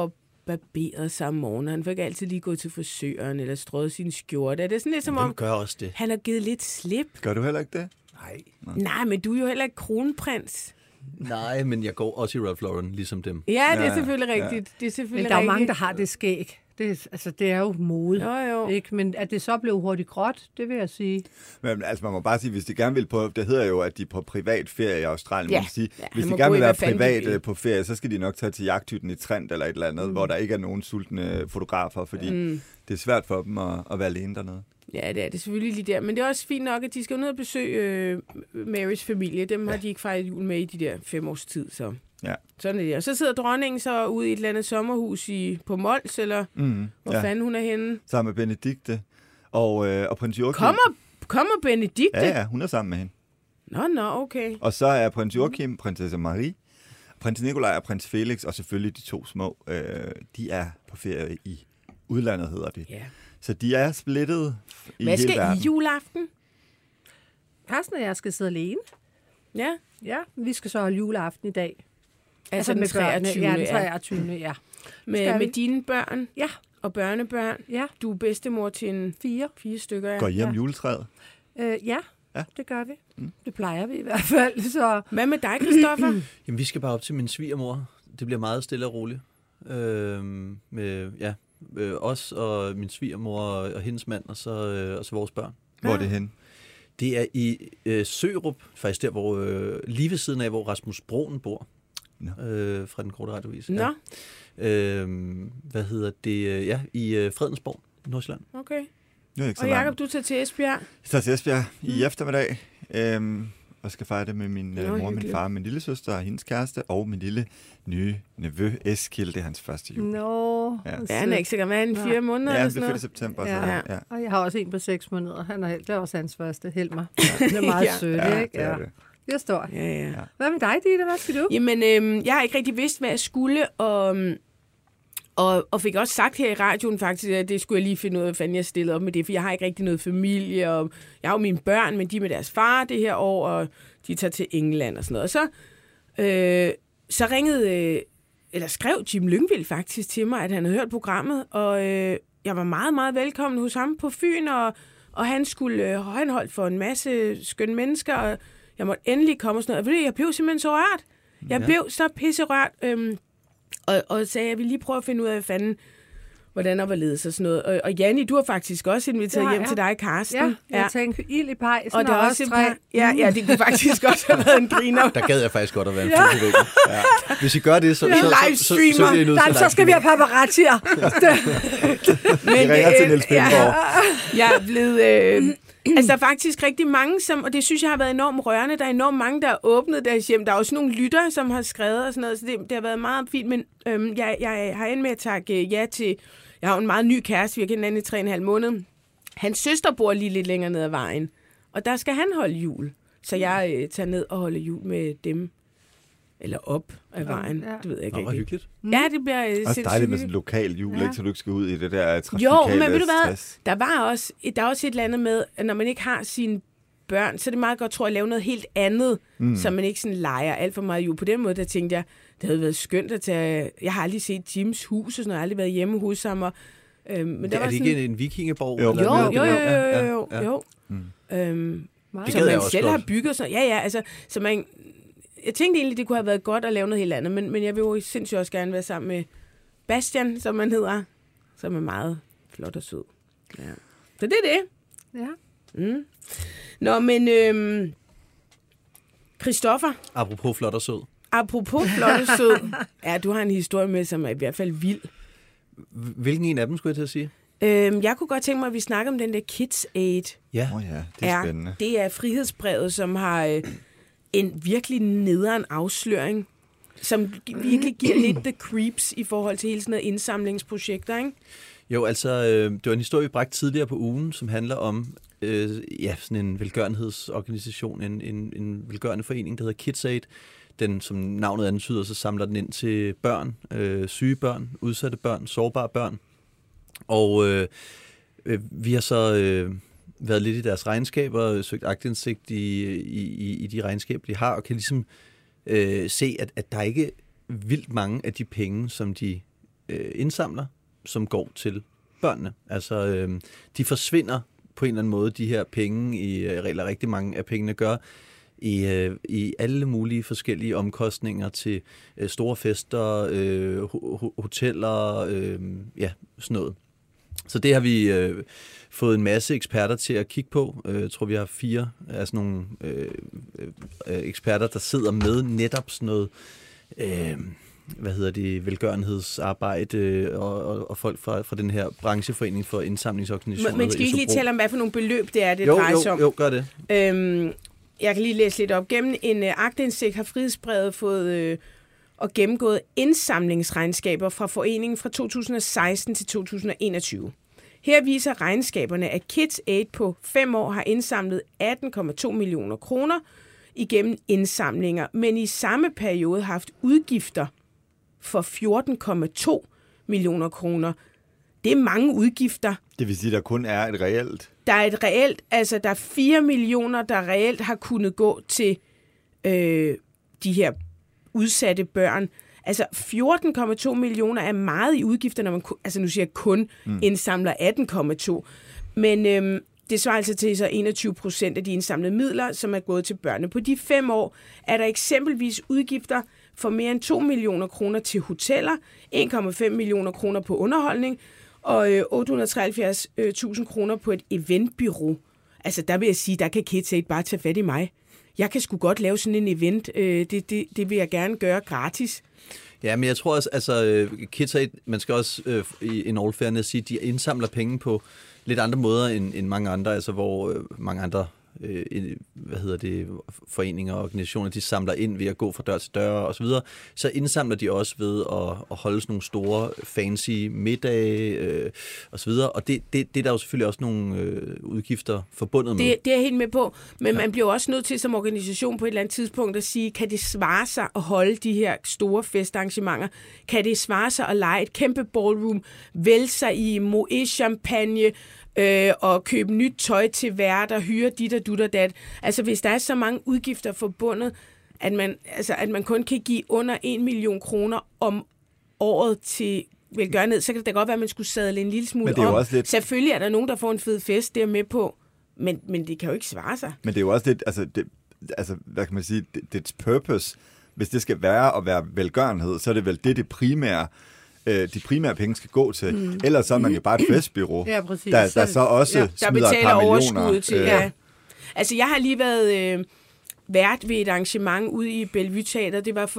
barberet samme morgen. Han får ikke altid lige gået til frisøren eller strøget sin skjorte. Er det sådan lidt som om, gør også det? Han har givet lidt slip? Gør du heller ikke det? Nej, men du er jo heller ikke kronprins. Nej, men jeg går også i Ralph Lauren, ligesom dem. Ja, det er selvfølgelig rigtigt. Det er selvfølgelig men der er jo mange, der har det skæg. Det er jo mode. Jo. Ikke? Men at det så blev hurtigt gråt, det vil jeg sige. Men altså, man må bare sige, hvis de gerne vil på, det hedder jo, at de er på privat ferie i Australien. Ja. Man sige, Ja, hvis han de må gerne gå vil i, være hvad fanden de vil. privat på ferie, så skal de nok tage til jagthytten i Trent eller et eller andet, hvor der ikke er nogen sultne fotografer, fordi det er svært for dem at være alene dernede. Ja, det er det selvfølgelig lige der. Men det er også fint nok, at de skal ned og besøge Marys familie. Dem har de ikke fejret jul med i de der 5 års tid, så... Ja. Sådan er det. Og så sidder dronningen så ude i et eller andet sommerhus på Mols, eller hvor fanden hun er henne. Sammen med Benedikte og prins Joachim. Kommer Benedikte? Ja, hun er sammen med hende. Nå, okay. Og så er prins Joachim, prinsesse Marie, prins Nikolaj og prins Felix, og selvfølgelig de 2 små, de er på ferie i udlandet, hedder det. Ja. Så de er splittet i Hvad hele skal verden. I juleaften? Carsten og jeg skal sidde alene. Ja. Ja, vi skal så holde juleaften i dag. Altså den med børnene. 23. Ja, den 23. Ja. Med dine børn Ja. og børnebørn. Ja. Du er bedstemor til 4 stykker. Ja. Går hjem juletræet? Ja, det gør vi. Det plejer vi i hvert fald. Så. Hvad med dig, Christoffer? Jamen, vi skal bare op til min svigermor. Det bliver meget stille og roligt. Med os og min svigermor og hendes mand, og så vores børn. Hvor er det henne? Det er i Sørup, faktisk der, hvor lige ved siden af, hvor Rasmus Broen bor. Fra den korte radiovis. Nå. Hvad hedder det? Ja, i Fredensborg, Nordsjælland. Okay. Og Jakob, du tager til Esbjerg? Jeg tager til Esbjerg i eftermiddag, og skal fejre det med min mor, min far, min lille søster og hendes kæreste, og min lille nye nevø, Eskild. Det er hans første jul. Ja, han er ikke sikkert, hvad er han, 4 måneder ja, eller det sådan er noget? september. Ja. Så, ja. Og jeg har også en på 6 måneder. Det er også hans første, Helmer. Det er meget sødt, ikke? Det er det. Jeg står. Ja. Hvad med dig, Ditte? Hvad skal du? Jamen, jeg har ikke rigtig vidst, hvad jeg skulle, og fik også sagt her i radioen faktisk, at det skulle jeg lige finde ud af, hvad fanden jeg stillede op med det, for jeg har ikke rigtig noget familie, og jeg har jo mine børn, men de er med deres far det her år, og de tager til England og sådan noget. Og så ringede, eller skrev Jim Lyngvild faktisk til mig, at han havde hørt programmet, og jeg var meget, meget velkommen hos ham på Fyn, og han skulle højnholdt for en masse skønne mennesker, og jeg måtte endelig komme og sådan noget. Og jeg blev simpelthen så rørt. Jeg blev så pisserørt, og sagde, at jeg ville lige prøve at finde ud af, hvordan der var ledes og sådan noget. Og Janni, du har faktisk også inviteret hjem til dig, Carsten. Ja, jeg tænkte, ild i pejsen og der og også træ. Ja, det kunne faktisk også have været en griner. Der gad jeg faktisk godt at være en fod på væggen. Ja. Hvis I gør det, så så skal vi have paparazzier. Vi ringer til Niels Pindborg. Jeg er blevet... Altså, der er faktisk rigtig mange, og det synes jeg har været enormt rørende. Der er enormt mange, der har åbnet deres hjem. Der er også nogle lyttere, som har skrevet og sådan noget, så det har været meget fint. Men jeg har endt med at takke ja til... Jeg har en meget ny kæreste, vi har kendt hinanden i 3,5 måneder. Hans søster bor lige lidt længere ned ad vejen, og der skal han holde jul. Så jeg tager ned og holder jul med dem. Eller op ad vejen. Ja. Det ved jeg ikke. Det var hyggeligt. Ja, det bliver også dejligt med sådan en lokal jul, ikke? Så du ikke skal ud i det der trafikale Jo, men ved du hvad? stress. Der er også et eller andet med, at når man ikke har sine børn, så er det meget godt, tror jeg, at lave noget helt andet, så man ikke sådan leger alt for meget jul. På den måde, der tænkte jeg, det havde været skønt at tage... Jeg har aldrig set Jims hus, og sådan noget. Jeg har aldrig været hjemme hos ham. Men der var det ikke en vikingeborg? Jo. Jo. Det som man også selv godt. har bygget. Så man... Jeg tænkte egentlig, det kunne have været godt at lave noget helt andet, men jeg vil jo sindssygt også gerne være sammen med Bastian, som man hedder, som er meget flot og sød. Ja. Så det er det. Ja. Nå, men Christoffer. Apropos flot og sød. Apropos flot og sød. Ja, du har en historie med, som er i hvert fald vild. Hvilken en af dem, skulle jeg til at sige? Jeg kunne godt tænke mig, at vi snakker om den der Kids Aid. Ja. Det er spændende. Det er frihedsbrevet, som har en virkelig nederen afsløring, som virkelig giver lidt the creeps i forhold til hele sådan noget indsamlingsprojekter, ikke? Jo, altså, det var en historie, vi bragte tidligere på ugen, som handler om sådan en velgørenhedsorganisation, en velgørende forening, der hedder Kids Aid. Den, som navnet antyder, så samler den ind til børn, syge børn, udsatte børn, sårbare børn. Og vi har så været lidt i deres regnskaber og søgt aktindsigt i de regnskaber, de har, og kan ligesom se, at der ikke er vildt mange af de penge, som de indsamler, som går til børnene. Altså, de forsvinder på en eller anden måde, de her penge, eller rigtig mange af pengene gør, i alle mulige forskellige omkostninger til store fester, hoteller, sådan noget. Så det har vi fået en masse eksperter til at kigge på. Jeg tror, vi har 4 af sådan nogle eksperter, der sidder med netop sådan noget velgørenhedsarbejde og folk fra den her brancheforening for indsamlingsorganisationer. Men skal vi ikke lige tale om, hvad for nogle beløb det er, det drejer sig om? Jo, gør det. Jeg kan lige læse lidt op. Gennem en aktindsigt har Frihedsbrevet fået og gennemgået indsamlingsregnskaber fra foreningen fra 2016 til 2021. Her viser regnskaberne, at Kids Aid på 5 år har indsamlet 18,2 millioner kroner igennem indsamlinger, men i samme periode har haft udgifter for 14,2 millioner kroner. Det er mange udgifter. Det vil sige, at der kun er et reelt? Der er et reelt, altså der er 4 millioner, der reelt har kunnet gå til de her udsatte børn. Altså 14,2 millioner er meget i udgifter, når man nu siger kun indsamler 18,2. Men det svarer altså til så 21% af de indsamlede midler, som er gået til børnene. På de 5 år er der eksempelvis udgifter for mere end 2 millioner kroner til hoteller, 1,5 millioner kroner på underholdning og 873.000 kroner på et eventbureau. Altså der vil jeg sige, der kan Kids Aid bare tage fat i mig. Jeg kan sgu godt lave sådan en event. Det vil jeg gerne gøre gratis. Ja, men jeg tror også, altså Kids Aid, man skal også i en all fairness sige, de indsamler penge på lidt andre måder end mange andre, altså hvor mange andre foreninger og organisationer, de samler ind ved at gå fra dør til dør og så videre, så indsamler de også ved at holde sådan nogle store fancy middage og så videre, og det er der jo selvfølgelig også nogle udgifter forbundet med. Det er jeg helt med på, men man bliver også nødt til som organisation på et eller andet tidspunkt at sige, kan det svare sig at holde de her store festarrangementer? Kan det svare sig at lege et kæmpe ballroom, vælge sig i Moët champagne, og købe nyt tøj til værter, hyre dit og dut og dat. Altså hvis der er så mange udgifter forbundet, at man kun kan give under 1 million kroner om året til velgørenhed, så kan det da godt være, at man skulle sadle en lille smule om. Lidt... Selvfølgelig er der nogen, der får en fed fest, det er med på, men det kan jo ikke svare sig. Men det er jo også lidt, hvad kan man sige, dets purpose, hvis det skal være at være velgørenhed, så er det vel det primære, de primære penge skal gå til. Ellers så er man jo bare et festbureau, ja, der så også smider et par millioner. Til, ja. Altså, jeg har lige været vært ved et arrangement ude i Bellevue Teater. Det var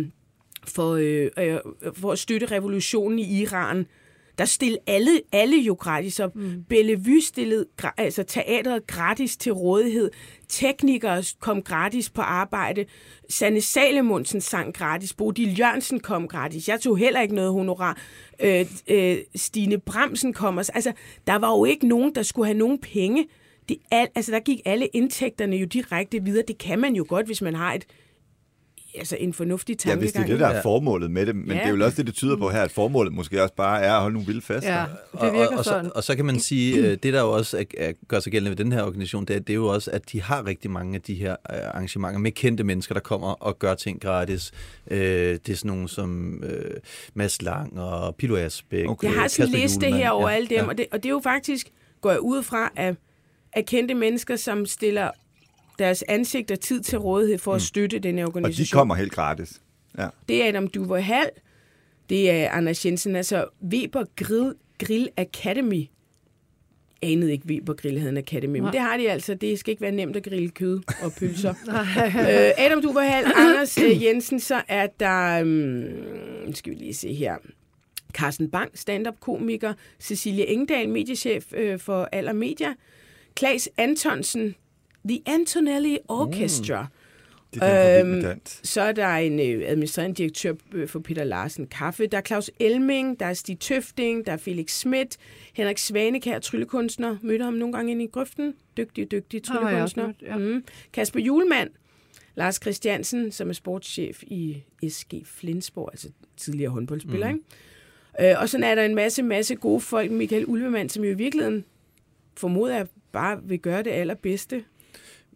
for at støtte revolutionen i Iran. Der stillede alle jo gratis op. Bellevue stillede teateret gratis til rådighed. Teknikere kom gratis på arbejde. Sanne Salomonsen sang gratis. Bodil Jørgensen kom gratis. Jeg tog heller ikke noget honorar. Stine Bramsen kom også. Altså, der var jo ikke nogen, der skulle have nogen penge. Der gik alle indtægterne jo direkte videre. Det kan man jo godt, hvis man har en fornuftig tankegang. Ja, hvis det er det, der er formålet med det. Men det er jo også det tyder på her, at formålet måske også bare er at holde nogle vilde fester. Ja, det virker sådan. Og så kan man sige, det der jo også gør sig gældende ved den her organisation, det er jo også, at de har rigtig mange af de her arrangementer med kendte mennesker, der kommer og gør ting gratis. Det er sådan nogle som Mads Lang og Pilo Asbæk. Okay. Jeg har sådan en liste her over alle dem, og det er jo faktisk, går jeg ud fra, at kendte mennesker, som stiller deres ansigt og tid til rådighed for at støtte denne organisation. Og de kommer helt gratis. Ja. Det er Adam Duver Hall, det er Anders Jensen, altså Weber Grill Academy. Anede ikke Weber Grill havde en academy, men det har de altså. Det skal ikke være nemt at grille kød og pølser. Adam Duver Hall, Anders Jensen, så er der, skal vi lige se her, Carsten Bang, stand-up-komiker, Cecilie Engdahl, mediechef for Aller Media, Claes Antonsen, The Antonelli Orchestra. Det er så er der en administrerende direktør for Peter Larsen Kaffe. Der er Claus Elming, der er Stig Tøfting, der er Felix Schmidt, Henrik Svanekær, tryllekunstner. Mødte ham nogle gange inde i grøften. Dygtig tryllekunstner. Kasper Julemand, Lars Christiansen, som er sportschef i SG Flensborg, altså tidligere håndboldspiller. Ikke? Og sådan er der en masse gode folk. Michael Ulvemann, som jo i virkeligheden formoder jeg bare vil gøre det allerbedste.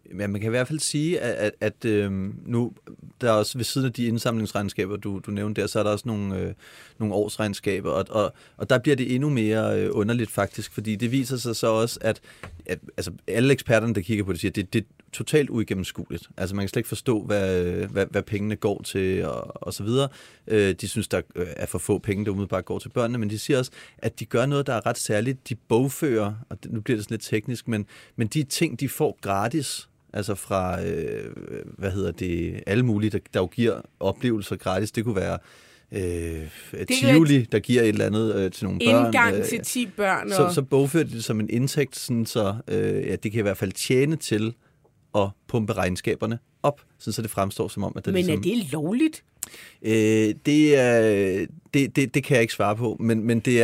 Ja, man kan i hvert fald sige, at nu, der er også ved siden af de indsamlingsregnskaber, du nævnte der, så er der også nogle årsregnskaber, og der bliver det endnu mere underligt faktisk, fordi det viser sig så også, at altså, alle eksperterne, der kigger på det, siger, at det er totalt uigennemskueligt. Altså man kan slet ikke forstå, hvad pengene går til, og så videre. De synes, der er for få penge, der umiddelbart går til børnene, men de siger også, at de gør noget, der er ret særligt. De bogfører, og nu bliver det sådan lidt teknisk, men de ting, de får gratis, altså fra, alle mulige, der jo giver oplevelser gratis. Det kunne være Tivoli, der giver et eller andet til nogle børn. Indgang til 10 børn. Så bogfører de det som en indtægt, sådan så det kan i hvert fald tjene til at pumpe regnskaberne op, sådan så det fremstår som om, at det men ligesom, er det lovligt? Det kan jeg ikke svare på, men det er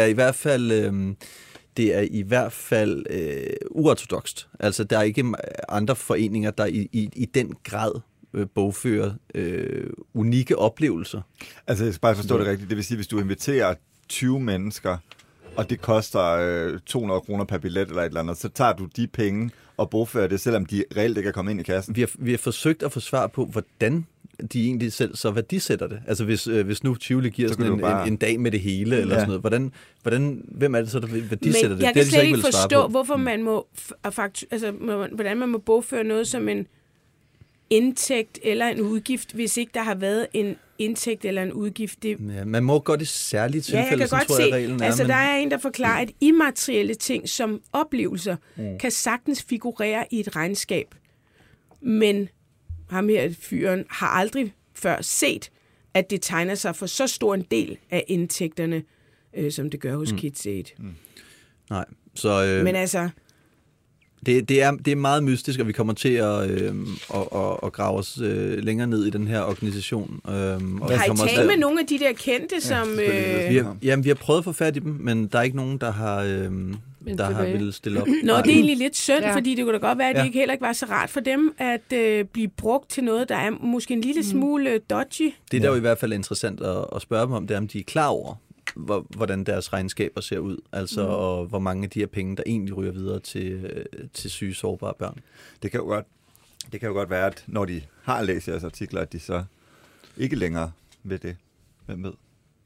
i hvert fald uortodokst. Altså, der er ikke andre foreninger, der i den grad bogfører unikke oplevelser. Altså, jeg skal bare forstå det rigtigt. Det vil sige, hvis du inviterer 20 mennesker, og det koster 200 kroner per billet eller et eller andet, så tager du de penge og bogfører det, selvom de reelt ikke er kommet ind i kassen. Vi har forsøgt at få svar på, hvordan de egentlig selv så værdisætter det. Altså hvis nu Tivoli giver sådan en dag med det hele, eller sådan noget, hvem er det så, der værdisætter det? Men jeg kan slet ikke forstå, hvorfor man må, hvordan man må bogføre noget som en indtægt eller en udgift, hvis ikke der har været en indtægt eller en udgift. Ja, man må godt i særlige tilfælde, så tror jeg, reglen er. Altså, der er en, der forklarer, at immaterielle ting som oplevelser kan sagtens figurere i et regnskab. Men ham her, fyren, har aldrig før set, at det tegner sig for så stor en del af indtægterne, som det gør hos KidsAid. Nej, så... Men altså... Det er meget mystisk, og vi kommer til at grave os længere ned i den her organisation. Har I talt med nogle af de der kendte, som... Vi har prøvet at få fat i dem, men der er ikke nogen, der har ville stille op. Nå, det er egentlig lidt synd, fordi det kunne da godt være, at det heller ikke var så rart for dem at blive brugt til noget, der er måske en lille smule dodgy. Det, der jo i hvert fald er interessant at spørge dem om, det er, om de er klar over, hvordan deres regnskaber ser ud, altså og hvor mange af de her penge, der egentlig ryger videre til syge, sårbare børn. Det kan jo godt være, at når de har læst jeres artikler, at de så ikke længere ved det. Hvem ved?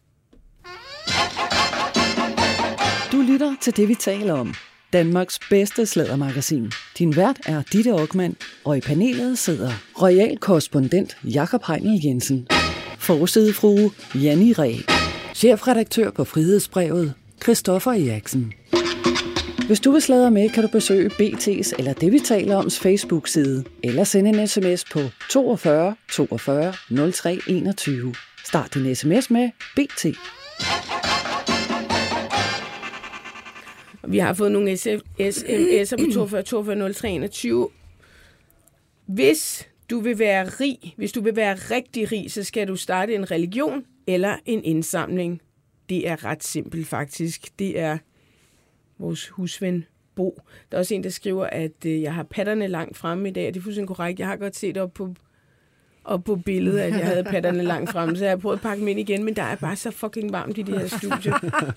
Du lytter til det, vi taler om. Danmarks bedste sladdermagasin. Din vært er Ditte Okman, og i panelet sidder royal korrespondent Jakob Heinel Jensen, forsidefrue Janni Ræ, chefredaktør på Frihedsbrevet Christoffer Eriksen. Hvis du vil sladre med, kan du besøge BT's eller det, vi taler oms Facebook-side, eller sende en sms på 42 42 03 21. Start din sms med BT. Vi har fået nogle sms'er på 42 42 03 21. Hvis du vil være rig, hvis du vil være rigtig rig, så skal du starte en religion eller en indsamling. Det er ret simpelt faktisk. Det er vores husven Bo. Der er også en, der skriver, at jeg har patterne langt fremme i dag. Det er fuldstændig korrekt. Jeg har godt set op på billedet, at jeg havde patterne langt fremme, så jeg har prøvet at pakke dem ind igen, men der er bare så fucking varmt i det her studie.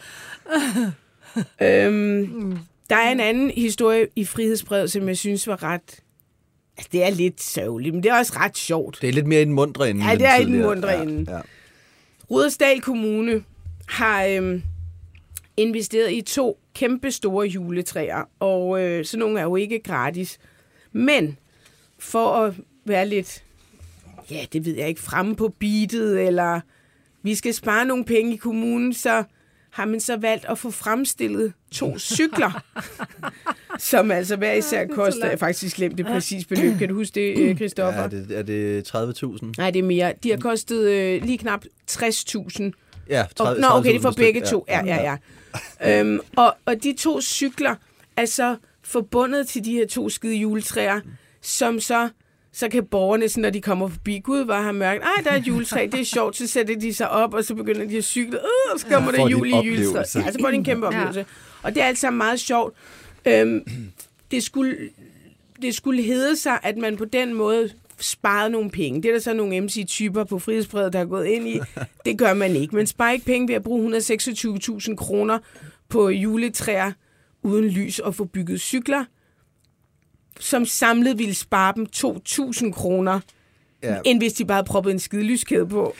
Der er en anden historie i Frihedsbrevet, som jeg synes var ret... Altså, det er lidt sørgeligt, men det er også ret sjovt. Det er lidt mere i den mundre ende. Ja, det er i den mundre ende. Ja. Rudersdal Kommune har investeret i 2 kæmpe store juletræer, og sådan nogle er jo ikke gratis. Men for at være lidt, ja, det ved jeg ikke, fremme på beatet, eller vi skal spare nogle penge i kommunen, så har man så valgt at få fremstillet 2 cykler, som altså hver især koster, jeg faktisk glemt det præcis beløb. Kan du huske det, Christoffer? Ja, er det 30.000? Nej, det er mere. De har kostet lige knap 60.000. Ja, 30.000. Nå, okay, det er for begge to. Ja. Og de 2 cykler er så forbundet til de her 2 skide juletræer, som så kan borgerne, når de kommer forbi, gud, var her mørkt, der er et juletræ, det er sjovt, så sætter de sig op, og så begynder de at cykle, og så kommer der jul i juletræ. Ja, så får de en kæmpe oplevelse. Ja. Og det er altså meget sjovt. Det skulle hedde sig, at man på den måde sparede nogle penge. Det er der så nogle MC-typer på Frihedsbrevet, der har gået ind i. Det gør man ikke. Man sparer ikke penge ved at bruge 126.000 kroner på juletræer uden lys og få bygget cykler. som samlet ville spare dem 2.000 kroner, end hvis de bare havde proppet en skide lyskæde på.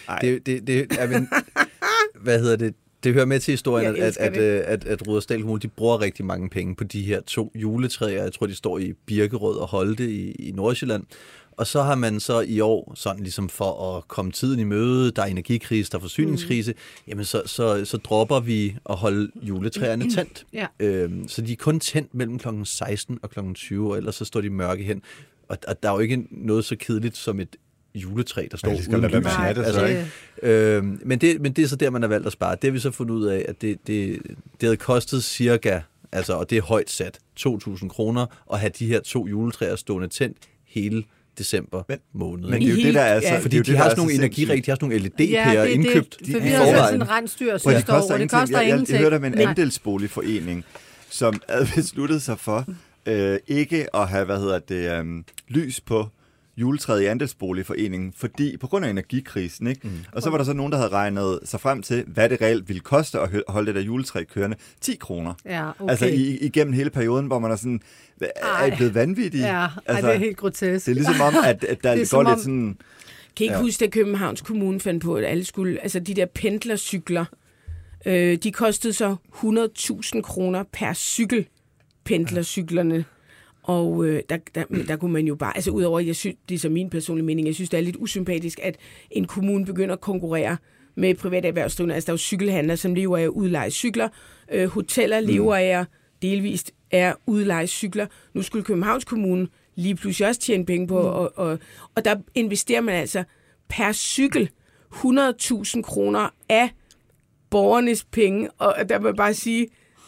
Hvad hedder det? Det hører med til historien, at Rudersdal Kommune, de bruger rigtig mange penge på de her 2 juletræer. Jeg tror, de står i Birkerød og Holte i Nordsjælland. Og så har man så i år, sådan ligesom for at komme tiden i møde, der er energikrise, der er forsyningskrise, jamen så dropper vi at holde juletræerne tændt. Så de er kun tændt mellem kl. 16 og kl. 20, og ellers så står de mørke hen. Og der er jo ikke noget så kedeligt som et juletræ, der står uden lys. Men det er så der, man har valgt at spare. Det har vi så fundet ud af, at det havde kostet cirka, og det er højt sat, 2.000 kroner at have de her 2 juletræer stående tændt hele december måned. Men det er jo det, der er så... Fordi de har sådan nogle energirig, de har sådan nogle LED-pærer indkøbt i forvejen. Vi har sådan en rensdyr sidste år, og det koster ingenting. Jeg hørte om en andelsboligforening, som havde besluttet sig for ikke at have, lys på juletræet i andelsboligforeningen, fordi på grund af energikrisen, ikke? Og så var der så nogen, der havde regnet sig frem til, hvad det reelt ville koste at holde det der juletræ kørende. 10 kroner. Ja, okay. Altså igennem hele perioden, hvor man er sådan, er I blevet vanvittige? Ja, det er helt grotesk. Det er ligesom om, at der går lidt sådan... Kan I ikke huske, at Københavns Kommune fandt på, at alle skulle... Altså de der pendlercykler, de kostede så 100.000 kroner per cykel, pendlercyklerne. Og der kunne man jo bare, altså udover, jeg synes, det er så min personlige mening, jeg synes, det er lidt usympatisk, at en kommune begynder at konkurrere med private erhvervsdrivende. Altså der er jo cykelhandlere, som lever af at udleje cykler. Hoteller lever af delvist af udleje cykler. Nu skulle Københavns Kommune lige pludselig også tjene penge på, og der investerer man altså per cykel 100.000 kroner af borgernes penge. Og der må jeg bare sige...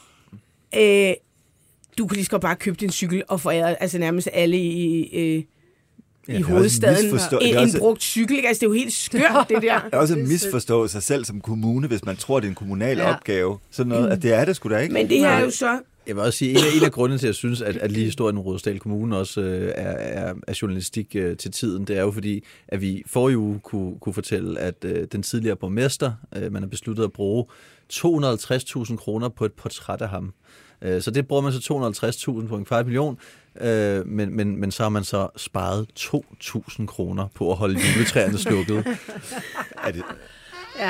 Du kan lige så bare købe din cykel og forære altså nærmest alle i hovedstaden en brugt cykel. Altså, det er jo helt skørt, det der. Det er også at misforstå sig selv som kommune, hvis man tror, det er en kommunal opgave. Sådan noget, at det er det sgu da ikke. Men det her er jo så... Jeg vil også sige, en af grundene til, at jeg synes, at lige historien om Rudersdal Kommune også er journalistik til tiden, det er jo fordi, at vi forrige uge kunne fortælle, at den tidligere borgmester, man har besluttet at bruge 250.000 kroner på et portræt af ham. Så det bruger man så 250.000 på 250.000, men så har man så sparet 2.000 kroner på at holde juletræerne slukket. Ja.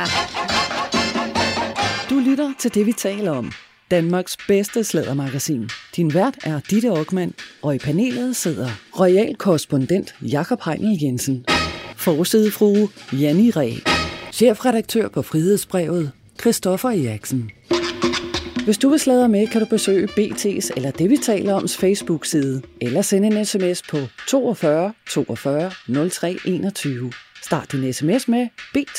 Du lytter til det, vi taler om. Danmarks bedste sladdermagasin. Din vært er Ditte Okman, og i panelet sidder royal korrespondent Jakob Heinel Jensen, forsidefrue Janni Ræ, chefredaktør på Frihedsbrevet Christoffer Eriksen. Hvis du vil sladre med, kan du besøge BT's eller det, vi taler oms Facebook-side, eller sende en sms på 42 42 03 21. Start din sms med BT.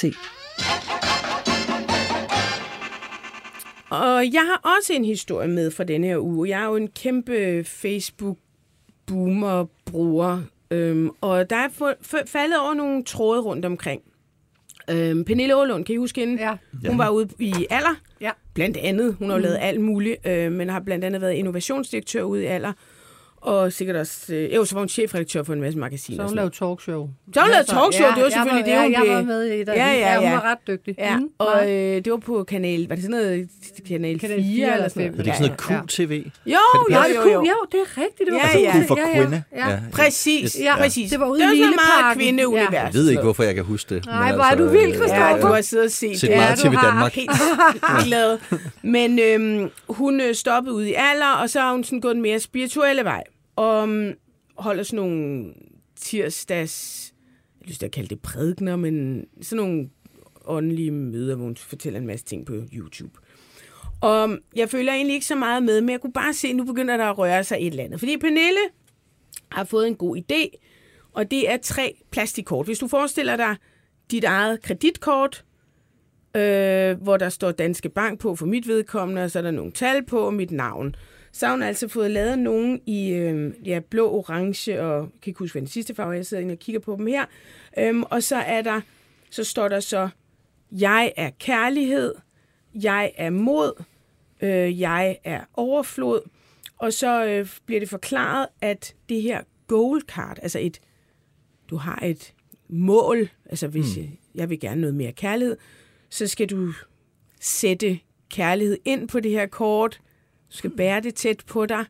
Og jeg har også en historie med fra denne her uge. Jeg er jo en kæmpe Facebook-boomer-bruger, og der er faldet over nogle tråde rundt omkring. Pernille Aalund, kan I huske hende? Ja. Hun var ude i Aller, blandt andet. Hun har jo lavet alt muligt, men har blandt andet været innovationsdirektør ude i Aller. Og sikkert også... så var hun chefredaktør for en masse magasiner. Så hun lavede talkshow. Så hun lavede talkshow, det var selvfølgelig det, hun blev... Jeg var med i det. Ja, hun var ret dygtig. Ja, og det var på kanal... Var det sådan noget... Kanal 4 eller sådan noget? Det er sådan noget QTV. Jo, det er rigtigt. Det var Q for kvinde. Præcis. Præcis. Det var ude i Lilleparken. Det var meget kvindeunivers. Jeg ved ikke, hvorfor jeg kan huske det. Nej, hvor er du vildt, Christoffer. Ja, du har siddet og set det. Meget TV Danmark. Helt glad. Men hun stoppede ude i Aller, og så har hun sådan gået en mere spirituelle vej. Og holder sådan nogle tirsdags, jeg har lyst til at kalde det prædikener, men sådan nogle åndelige møder, hvor hun fortæller en masse ting på YouTube. Og jeg føler egentlig ikke så meget med, men jeg kunne bare se, at nu begynder der at røre sig et eller andet. Fordi Pernille har fået en god idé, og det er 3 plastikkort. Hvis du forestiller dig dit eget kreditkort, hvor der står Danske Bank på for mit vedkommende, og så er der nogle tal på og mit navn. Så har hun altså fået lavet nogen i blå, orange, og jeg kan ikke huske, hvad den sidste farve, jeg sidder inde og kigger på dem her. Og så står der så, jeg er kærlighed, jeg er mod, jeg er overflod. Og så bliver det forklaret, at det her goal card, altså du har et mål, altså hvis jeg vil gerne noget mere kærlighed, så skal du sætte kærlighed ind på det her kort. Du skal bære det tæt på dig,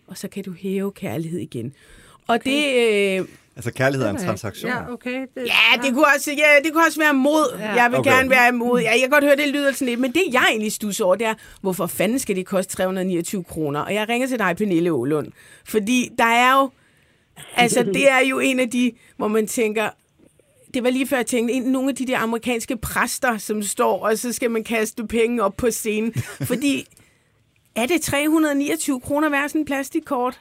og så kan du hæve kærlighed igen. Og okay. Altså kærlighed er en transaktion? Ja, okay. Det kunne også være mod. Ja. Jeg vil gerne være imod. Jeg kan godt høre, det lyder sådan lidt. Men det, jeg egentlig stusser over, det er, hvorfor fanden skal det koste 329 kroner? Og jeg ringer til dig, Pernille Aalund. Fordi der er jo... Altså, det er jo en af de, hvor man tænker... Det var lige før jeg tænkte, nogle af de der amerikanske præster, som står, og så skal man kaste penge op på scenen. Fordi, er det 329 kroner værd sådan en plastikkort?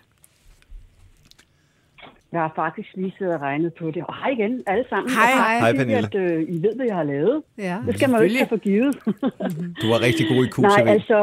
Jeg har faktisk lige siddet og regnet på det. Og hej igen, alle sammen. Hej Pernille. At, I ved, hvad jeg har lavet. Ja. Det skal man jo ikke have for givet. Du var rigtig god i QCV. Nej, altså...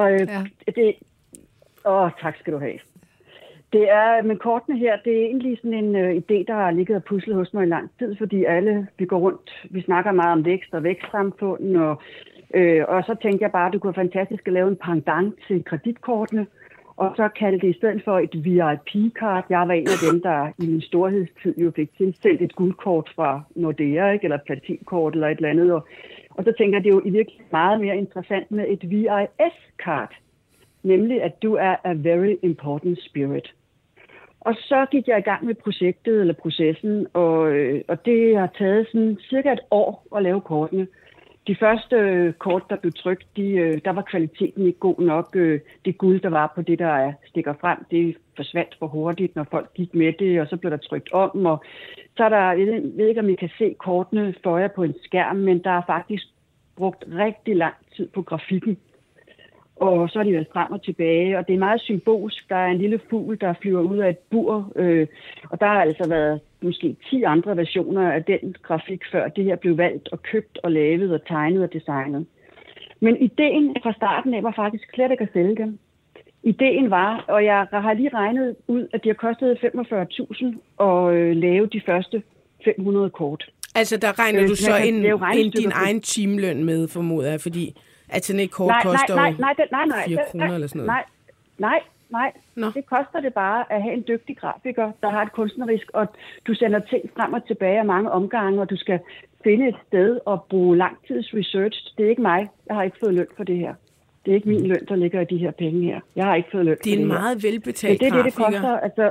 tak skal du have. Det er, men kortene her, det er egentlig sådan en idé, der har ligget og puslet hos mig i lang tid, fordi vi går rundt, vi snakker meget om vækst og vækstsamfund, og så tænkte jeg bare, at det kunne være fantastisk at lave en pendant til kreditkortene, og så kaldte det i stedet for et VIP-kart. Jeg var en af dem, der i min storhedstid jo fik tilsendt et guldkort fra Nordea, ikke? Eller platinkort eller et eller andet, og så tænker jeg, det er jo i virkeligheden meget mere interessant med et VIS-kart, nemlig at du er a very important spirit. Og så gik jeg i gang med projektet, eller processen, og det har taget sådan cirka et år at lave kortene. De første kort, der blev trykt, der var kvaliteten ikke god nok. Det guld, der var på det, der stikker frem, det forsvandt for hurtigt, når folk gik med det, og så blev der trykt om. Og så er der, jeg ved ikke, om I kan se kortene for jer på en skærm, men der er faktisk brugt rigtig lang tid på grafikken. Og så er de været frem og tilbage, og det er meget symbolsk. Der er en lille fugl, der flyver ud af et bur, og der har altså været måske 10 andre versioner af den grafik, før det her blev valgt og købt og lavet og tegnet og designet. Men ideen fra starten af var faktisk slet ikke at sælge dem. Ideen var, og jeg har lige regnet ud, at de har kostet 45.000 at lave de første 500 kort. Altså der regner du så din egen timeløn med, formoder jeg, fordi... At sådan et kort koster 4 kroner eller sådan noget? Nej. Nå. Det koster det bare at have en dygtig grafiker, der har et kunstnerisk, og du sender ting frem og tilbage af mange omgange, og du skal finde et sted og bruge lang tids research. Det er ikke mig. Jeg har ikke fået løn for det her. Det er ikke min løn, der ligger i de her penge her. Jeg har ikke fået løn for det her. Det er en meget velbetalt grafiker. Det koster. Altså,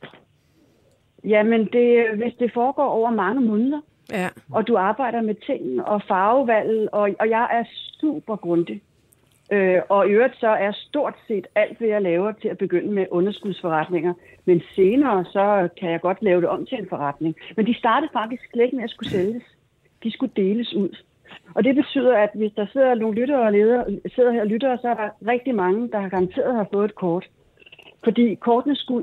jamen, hvis det foregår over mange måneder, ja. Og du arbejder med ting og farvevalg, og jeg er super grundig. Og i øvrigt så er stort set alt, hvad jeg laver til at begynde med underskudsforretninger. Men senere så kan jeg godt lave det om til en forretning. Men de startede faktisk slet ikke med at skulle sælges. De skulle deles ud. Og det betyder, at hvis der sidder nogle lyttere og ledere, sidder her og lytter, så er der rigtig mange, der har garanteret har fået et kort. Fordi kortene skulle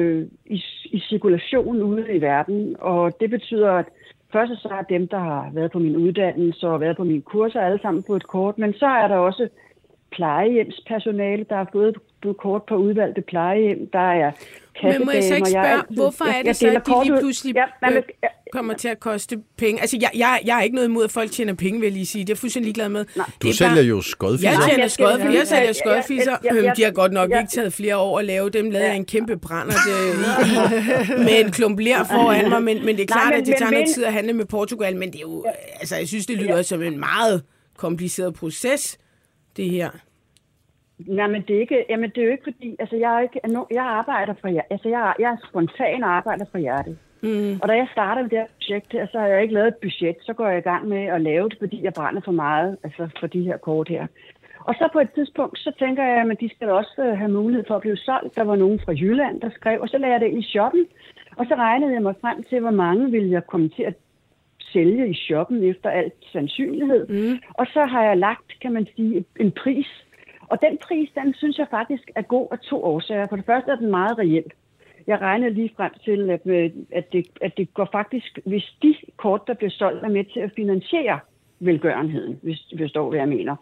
i cirkulation ude i verden, og det betyder, at først så er dem, der har været på min uddannelse og været på mine kurser, alle sammen på et kort. Men så er der også plejehjemspersonale, der har fået et kort på udvalgte plejehjem. Der er kassedamer. Men må jeg så ikke spørge, hvorfor er det så, at de lige pludselig kommer til at koste penge? Altså, jeg har ikke noget imod, at folk tjener penge, vil jeg lige sige. Det er fuldstændig ligeglad med. Du sælger jo skodfisser. Jeg sælger skodfisser. De har godt nok ikke taget flere år at lave dem. Lavede jeg en kæmpe brænder med en klump ler foran mig. Men det er klart, at det tager noget tid at handle med Portugal. Men det er jo, altså, jeg synes, det lyder som en meget kompliceret proces, det her. Nej, men det er ikke, det er jo ikke fordi, altså jeg arbejder fra hjertet, altså jeg er spontan og arbejder fra hjertet. Og da jeg starter med det her projekt her, så har jeg ikke lavet et budget, så går jeg i gang med at lave det, fordi jeg brænder for meget, altså for de her kort her. Og så på et tidspunkt, så tænker jeg, at de skal også have mulighed for at blive solgt. Der var nogen fra Jylland, der skrev, og så lagde jeg det ind i shoppen, og så regnede jeg mig frem til, hvor mange ville jeg komme til at sælge i shoppen efter alt sandsynlighed. Og så har jeg lagt, kan man sige, en pris. Og den pris, den synes jeg faktisk er god af 2 årsager. For det første er den meget reel. Jeg regner lige frem til, at det går faktisk, hvis de kort, der bliver solgt, er med til at finansiere velgørenheden, hvis du forstår, hvad jeg mener.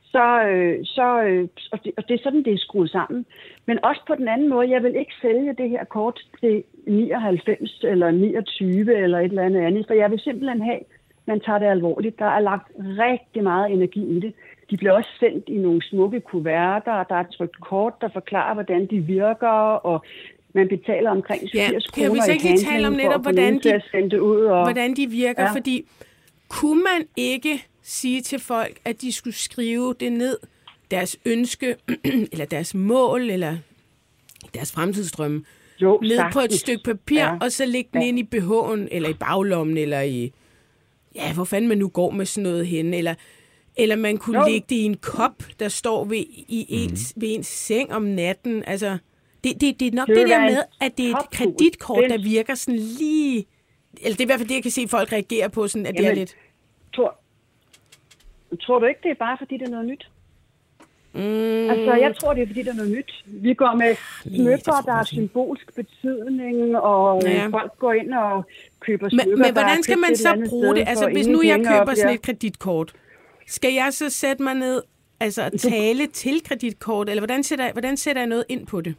Og det er sådan, det er skruet sammen. Men også på den anden måde, jeg vil ikke sælge det her kort til 99 eller 29 eller et eller andet, for jeg vil simpelthen have, man tager det alvorligt. Der er lagt rigtig meget energi i det. De bliver også sendt i nogle smukke kuverter, der er et trykt kort, der forklarer, hvordan de virker, og man betaler omkring 80 kroner i handling. Jeg vil ikke tale om netop, hvordan de virker, ja. Fordi kunne man ikke sige til folk, at de skulle skrive det ned, deres ønske, eller deres mål, eller deres fremtidsdrømme, Jo, ned sagtens. på et stykke papir, og så lægge den ind i BH'en, eller i baglommen, eller i... Ja, hvor fanden man nu går med sådan noget henne, eller man kunne lægge det i en kop, der står ved ens seng om natten. Altså, det er nok det der med, at det er et kreditkort, der virker sådan lige... Eller det er i hvert fald det, jeg kan se, folk reagerer på, sådan, at det er lidt... Tror du ikke, det er bare, fordi det er noget nyt? Altså, jeg tror, det er, fordi det er noget nyt. Vi går med smykker, der har symbolsk betydning, og folk går ind og køber smykker. Men hvordan skal man så bruge det? Altså, hvis nu jeg køber sådan et kreditkort, skal jeg så sætte mig ned, altså tale til kreditkort, eller hvordan sætter jeg noget ind på det?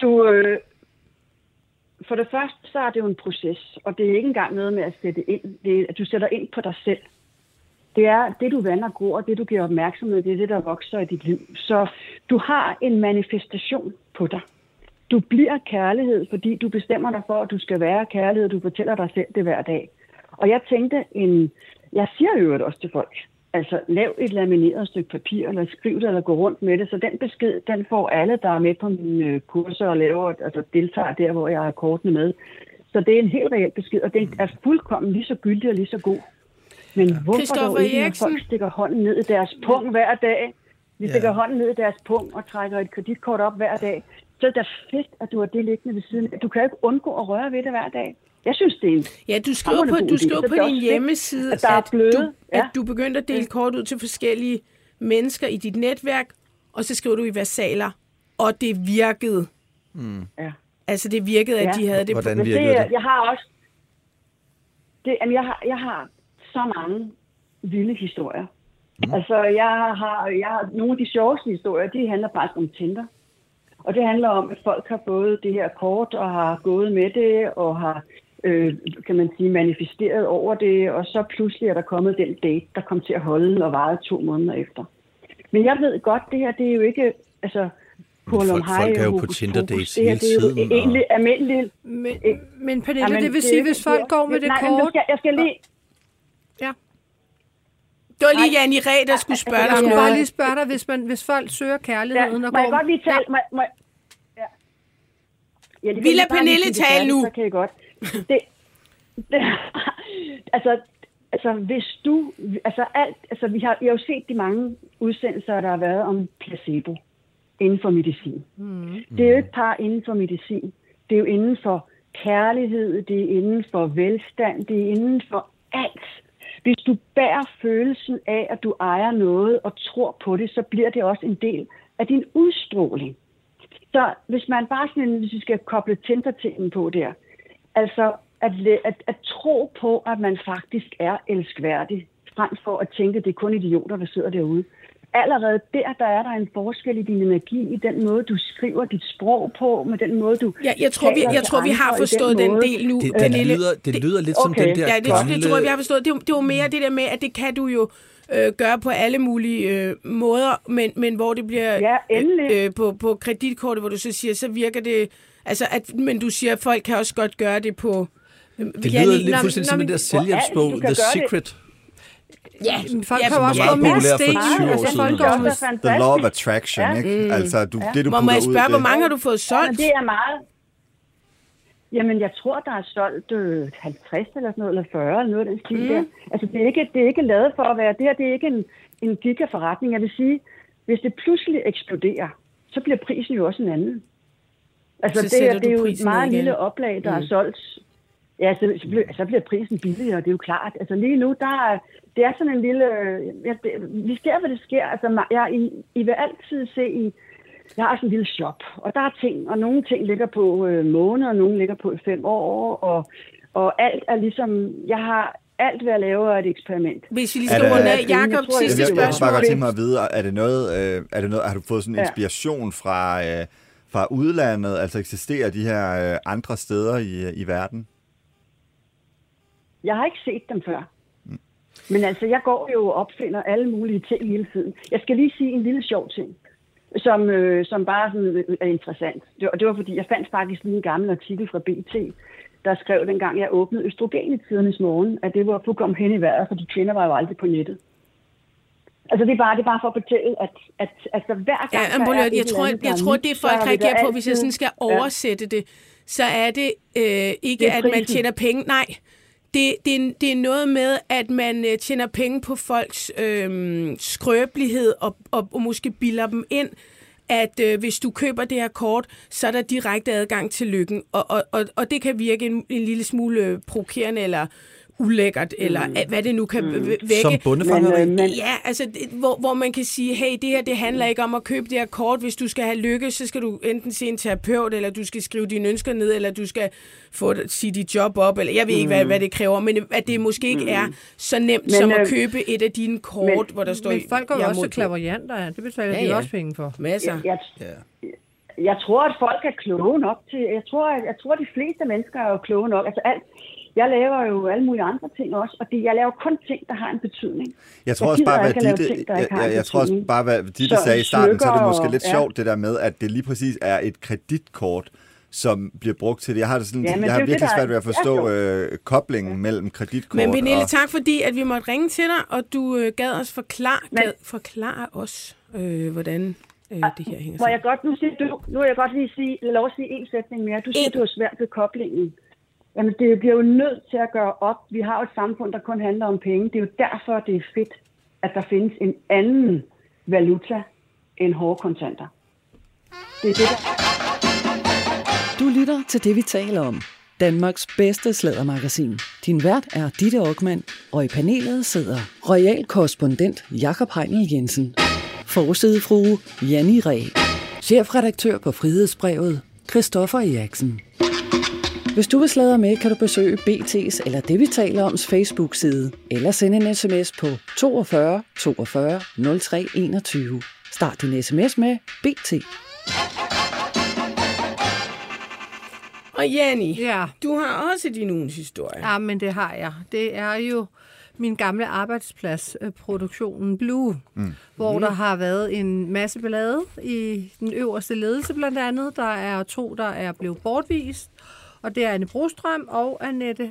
For det første, så er det jo en proces, og det er ikke engang noget med at sætte ind. Det er, at du sætter ind på dig selv. Det er det, du vandrer gror, det du giver opmærksomhed, det er det, der vokser i dit liv. Så du har en manifestation på dig. Du bliver kærlighed, fordi du bestemmer dig for, at du skal være kærlighed, du fortæller dig selv det hver dag. Og jeg tænkte, jeg siger jo også til folk, altså lav et lamineret stykke papir, eller skriv det, eller gå rundt med det, så den besked, den får alle, der er med på mine kurser og deltager der, hvor jeg har kortene med. Så det er en helt reel besked, og den er fuldkommen lige så gyldig og lige så god. Men hvorfor dog ikke, når folk stikker hånden ned i deres pung hver dag? Vi stikker hånden ned i deres pung og trækker et kreditkort op hver dag. Så er det fedt, at du har det liggende ved siden. Du kan ikke undgå at røre ved det hver dag. Jeg synes, det er en... Ja, du skriver på din hjemmeside, at du begyndte at dele kort ud til forskellige mennesker i dit netværk, og så skriver du i versaler, og det virkede. Ja. Altså, det virkede, at de havde det. Hvordan virkede det? Jeg har også... Jeg har så mange vilde historier. Altså, jeg har nogle af de sjoveste historier, de handler faktisk om Tinder. Og det handler om, at folk har fået det her kort, og har gået med det, og har, kan man sige, manifesteret over det, og så pludselig er der kommet den date, der kom til at holde og varede 2 måneder efter. Men jeg ved godt, det her, det er jo ikke, altså... Folk er jo på Tinder-dates hele tiden. Det er jo egentlig almindeligt. Men Pernille, det vil sige, hvis folk går med det kort... Jeg skal lige... Ja. Det var lige Janni Ræ, der skulle spørge dig. Jeg skulle bare lige spørge dig, hvis folk søger kærligheden og går... Må jeg godt lige tale... Vi lader Pernille tale nu. Så kan jeg godt. Altså, hvis du... vi har jo set de mange udsendelser, der har været om placebo inden for medicin. Det er jo ikke bare inden for medicin. Det er jo inden for kærlighed, det er inden for velstand, det er inden for alt. Hvis du bærer følelsen af, at du ejer noget og tror på det, så bliver det også en del af din udstråling. Så hvis man bare sådan, hvis vi skal koble Tinder-tingen på der, altså at tro på, at man faktisk er elskværdig, frem for at tænke, at det er kun idioter, der sidder derude. Allerede der er der en forskel i din energi, i den måde, du skriver dit sprog på, med den måde, du... Ja, jeg tror, vi har forstået den del nu. Det lyder lidt som den der gamle... det tror jeg, vi har forstået. Det var mere det der med, at det kan du jo gøre på alle mulige måder, men hvor det bliver på kreditkortet, hvor du så siger, så virker det... Altså, men du siger, at folk kan også godt gøre det på... Det lyder lidt fuldstændig som den der selvhjælpsbog, The Secret. Ja, folk kan også gå med sten. The law of attraction, ikke? Altså, det du putter ud... Må jeg spørge, hvor mange har du fået solgt? Det er meget... Jamen, jeg tror, der er solgt 50 eller sådan noget, eller 40 eller noget af den stil der. Altså, det er ikke lavet for at være... Det her, det er ikke en gigaforretning. Jeg vil sige, hvis det pludselig eksploderer, så bliver prisen jo også en anden. Altså, det er jo et meget lille oplag, der er solgt. Ja, så bliver prisen billigere, det er jo klart. Altså, lige nu, det er sådan en lille... vi ser, hvad det sker. Altså, I vil altid se jeg har sådan en lille shop, og der er ting, og nogle ting ligger på måneder, og nogle ligger på 5 år, og alt er ligesom... Jeg har alt, hvad jeg laver, er et eksperiment. Hvis vi lige skal runde af, Jacob, sidste spørgsmål. Jeg bare godt tænke mig at vide, er det noget, har du fået sådan en inspiration fra udlandet? Altså eksisterer de her andre steder i verden? Jeg har ikke set dem før. Men altså, jeg går jo og opfinder alle mulige ting hele tiden. Jeg skal lige sige en lille sjov ting, som bare sådan er interessant. Det var fordi, jeg fandt faktisk lige en gammel artikel fra BT, der skrev dengang, jeg åbnede østrogen i tidernes morgen, at det var fuldkommen hen i vejret, for de kvinder var jo aldrig på nettet. Altså, det er bare for at fortælle, at altså, hver gang... Jeg tror, det folk reagerer på, hvis jeg sådan skal oversætte det, så er det ikke, at man tjener penge. Nej, det er noget med, at man tjener penge på folks skrøbelighed og måske bilder dem ind, at hvis du køber det her kort, så er der direkte adgang til lykken. Og det kan virke en lille smule provokerende eller ulækkert, eller hvad det nu kan vække. Som bondefangeri? Ja, altså, hvor man kan sige, hey, det handler ikke om at købe det her kort. Hvis du skal have lykke, så skal du enten se en terapeut, eller du skal skrive dine ønsker ned, eller du skal sige dit job op, eller jeg ved ikke, hvad det kræver, men at det måske ikke er så nemt som at købe et af dine kort, hvor der står... Men folk er jo også klaverjanter, det betaler de også penge for. Masser. Jeg tror, at folk er kloge nok til... Jeg tror, at de fleste mennesker er jo kloge nok. Altså jeg laver jo alle mulige andre ting også, og jeg laver kun ting, der har en betydning. Jeg tror også bare, hvad Ditte sagde i starten, så er det måske lidt sjovt det der med, at det lige præcis er et kreditkort, som bliver brugt til det. Jeg har, jeg har virkelig svært ved at forstå koblingen mellem kreditkort. Men Pernille, tak fordi, at vi måtte ringe til dig, og du gad os forklare os, hvordan det her hænger sammen. Nu vil jeg godt lige lov at sige en sætning mere. Du siger, du er svært ved koblingen. Jamen, det bliver jo nødt til at gøre op. Vi har jo et samfund, der kun handler om penge. Det er jo derfor, det er fedt, at der findes en anden valuta end hårde kontanter. Det er det, Du lytter til det, vi taler om. Danmarks bedste sladdermagasin. Din vært er Ditte Okman, og i panelet sidder royal korrespondent Jakob Heinel Jensen, forsidefrue Janni Ræ, chefredaktør på Frihedsbrevet Christoffer Eriksen. Hvis du vil sladre med, kan du besøge BT's eller det, vi taler oms Facebook-side, eller sende en sms på 42 42 03 21. Start din sms med BT. Og Janni, du har også din ugens historie. Ja, men det har jeg. Det er jo min gamle arbejdsplads, produktionen Blue, hvor der har været en masse ballade i den øverste ledelse blandt andet. Der er 2, der er blevet bortvist. Og det er Anne Brostrøm og Annette,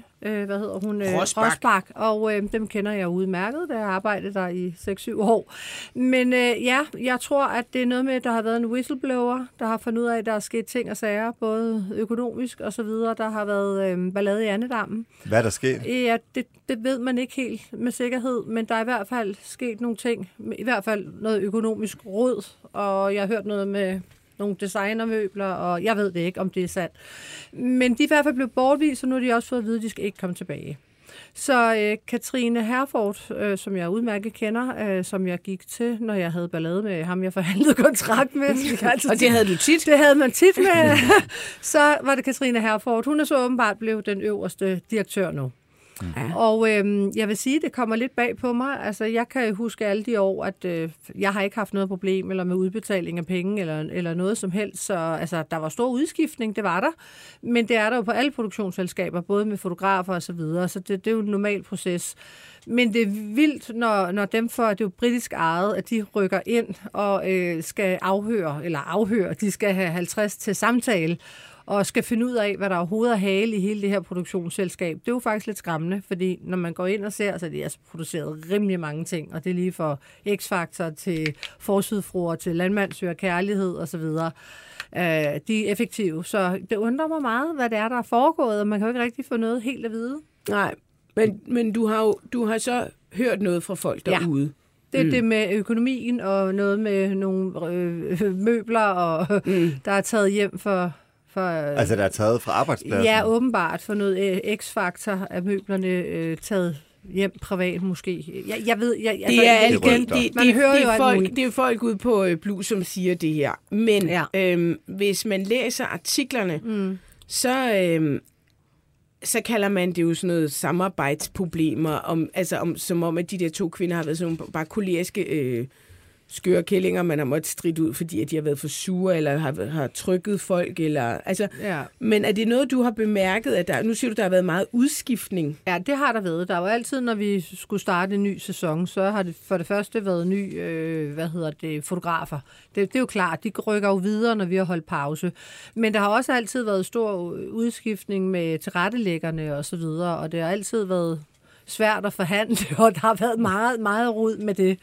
Rosbach. Og dem kender jeg udmærket, da jeg arbejdede der i 6-7 år. Men jeg tror, at det er noget med, at der har været en whistleblower, der har fundet ud af, at der er sket ting og sager, både økonomisk og så videre. Der har været ballade i Annedammen. Hvad er der sket? Ja, det ved man ikke helt med sikkerhed, men der er i hvert fald sket nogle ting. I hvert fald noget økonomisk rod, og jeg har hørt noget med nogle designermøbler, og jeg ved det ikke, om det er sandt. Men de er i hvert fald blevet bortvist, og nu har de også fået at vide, at de skal ikke komme tilbage. Så Katrine Herford, som jeg udmærket kender, som jeg gik til, når jeg havde ballade med ham, jeg forhandlede kontrakt med. Og det havde du tit? Det havde man tit med. Så var det Katrine Herford. Hun er så åbenbart blevet den øverste direktør nu. Ja. Og jeg vil sige, at det kommer lidt bag på mig. Altså, jeg kan huske alle de år, at jeg har ikke haft noget problem eller med udbetaling af penge eller noget som helst. Så altså, der var stor udskiftning, det var der. Men det er der jo på alle produktionsselskaber, både med fotografer og så videre. Så det er jo en normal proces. Men det er vildt, når dem for, det er jo britisk ejet, at de rykker ind og skal afhøre. De skal have 50 til samtale og skal finde ud af, hvad der overhovedet er hale i hele det her produktionsselskab. Det er jo faktisk lidt skræmmende, fordi når man går ind og ser, så er de altså produceret rimelig mange ting, og det er lige fra X-Factor til Forsydfruer til Landmand søger kærlighed osv. De er effektive, så det undrer mig meget, hvad det er, der er foregået, og man kan jo ikke rigtig få noget helt at vide. Nej, men du har så hørt noget fra folk derude. Det er det med økonomien og noget med nogle møbler, og der er taget hjem for... Altså, der er taget fra arbejdspladsen? Ja, åbenbart. For noget X-Factor af møblerne taget hjem privat måske. Jeg ved... Det er folk ude på Blue, som siger det her. Men hvis man læser artiklerne, så kalder man det jo sådan noget samarbejdsproblemer, som om, at de der 2 kvinder har været sådan nogle bare koleriske skøre kællinger, man har måttet stride ud, fordi at de har været for sure, eller har trykket folk, eller... Men er det noget, du har bemærket, at nu siger du, der har været meget udskiftning? Ja, det har der været. Der var altid, når vi skulle starte en ny sæson, så har det for det første været fotografer. Det er jo klart, de rykker jo videre, når vi har holdt pause. Men der har også altid været stor udskiftning med tilrettelæggerne og så videre, og det har altid været svært at forhandle, og der har været meget, meget rod med det.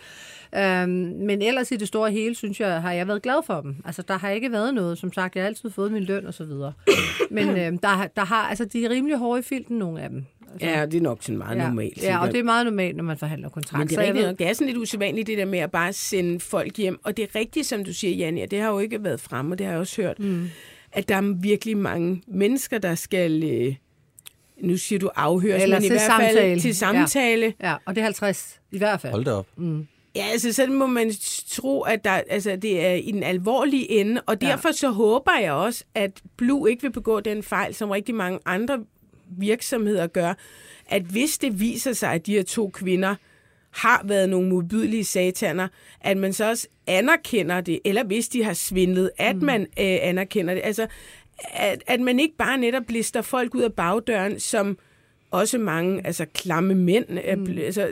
Men ellers i det store hele, synes jeg, har jeg været glad for dem. Altså, der har ikke været noget. Som sagt, jeg har altid fået min løn og så videre. Men der har, altså, de er rimelig hårde i filten, nogle af dem. Altså, ja, det er nok sådan meget normalt. Ja, og det er meget normalt, når man forhandler kontrakt. Men det er sådan lidt usædvanligt, det der med at bare sende folk hjem. Og det er rigtigt, som du siger, Janni, og det har jo ikke været fremme, og det har jeg også hørt, at der er virkelig mange mennesker, der skal... Nu siger du afhøres, eller men i hvert fald til samtale. Ja, og det er 50 i hvert fald. Hold da op. Ja, altså sådan må man tro, at det er i den alvorlige ende, og derfor så håber jeg også, at Blue ikke vil begå den fejl, som rigtig mange andre virksomheder gør, at hvis det viser sig, at de her 2 kvinder har været nogle modbydelige sataner, at man så også anerkender det, eller hvis de har svindlet, at man anerkender det. Altså, at man ikke bare netop lister folk ud af bagdøren, som også mange klamme mænd. Altså,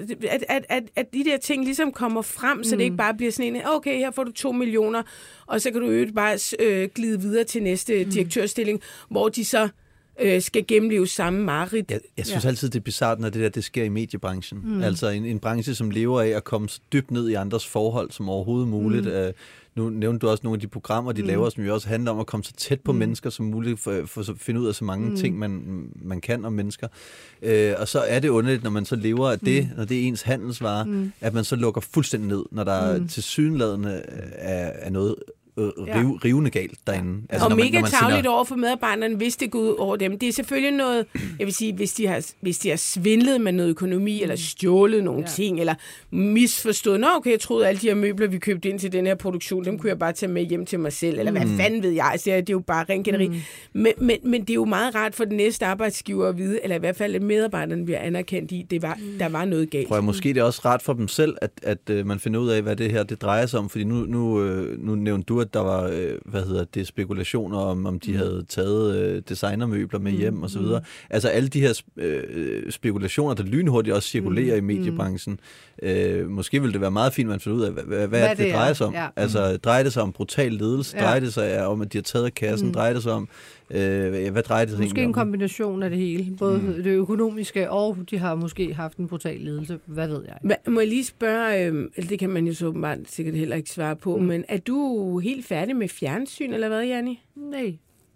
at de der ting ligesom kommer frem, så det ikke bare bliver sådan en, okay, her får du 2 millioner, og så kan du jo bare glide videre til næste direktørstilling, hvor de så skal gennemleve samme mareridt. Jeg synes altid, det er bizarrt, når det sker i mediebranchen. Altså en branche, som lever af at komme så dybt ned i andres forhold som overhovedet muligt. Nu nævnte du også nogle af de programmer, de laver, som jo også handler om at komme så tæt på mennesker som muligt, for at finde ud af så mange ting, man kan om mennesker. Og så er det underligt, når man så lever af det, når det er ens handelsvare, at man så lukker fuldstændig ned, når der tilsyneladende er noget rivende galt derinde. Altså, og mega tarveligt over for medarbejderne, hvis det går ud over dem. Det er selvfølgelig noget, jeg vil sige, hvis de har svindlet med noget økonomi, eller stjålet nogle ting, eller misforstået, okay, jeg troede, alle de her møbler, vi købte ind til den her produktion, dem kunne jeg bare tage med hjem til mig selv, eller hvad fanden ved jeg, altså, det er jo bare ren gætteri. Men det er jo meget rart for den næste arbejdsgiver at vide, eller i hvert fald, at medarbejderne bliver anerkendt i, der var noget galt. Tror jeg, måske det er også rart for dem selv, at man finder ud af, hvad det her det drejer sig om, fordi nu nævnte du, at der var, spekulationer om de havde taget designermøbler med hjem og så videre. Altså alle de her spekulationer, der lynhurtigt også cirkulerer i mediebranchen. Måske ville det være meget fint, at man finder ud af, hvad det drejer sig om. Ja. Altså drejer det sig om brutal ledelse? Drejer det sig om, at de har taget kassen? Drejer det sig om, hvad drejer det sig måske en kombination af det hele. Både det økonomiske, og de har måske haft en brutal ledelse. Hvad ved jeg? Må jeg lige spørge, det kan man jo så åbenbart sikkert heller ikke svare på, men er du helt færdig med fjernsyn, eller hvad, Janni? Nej.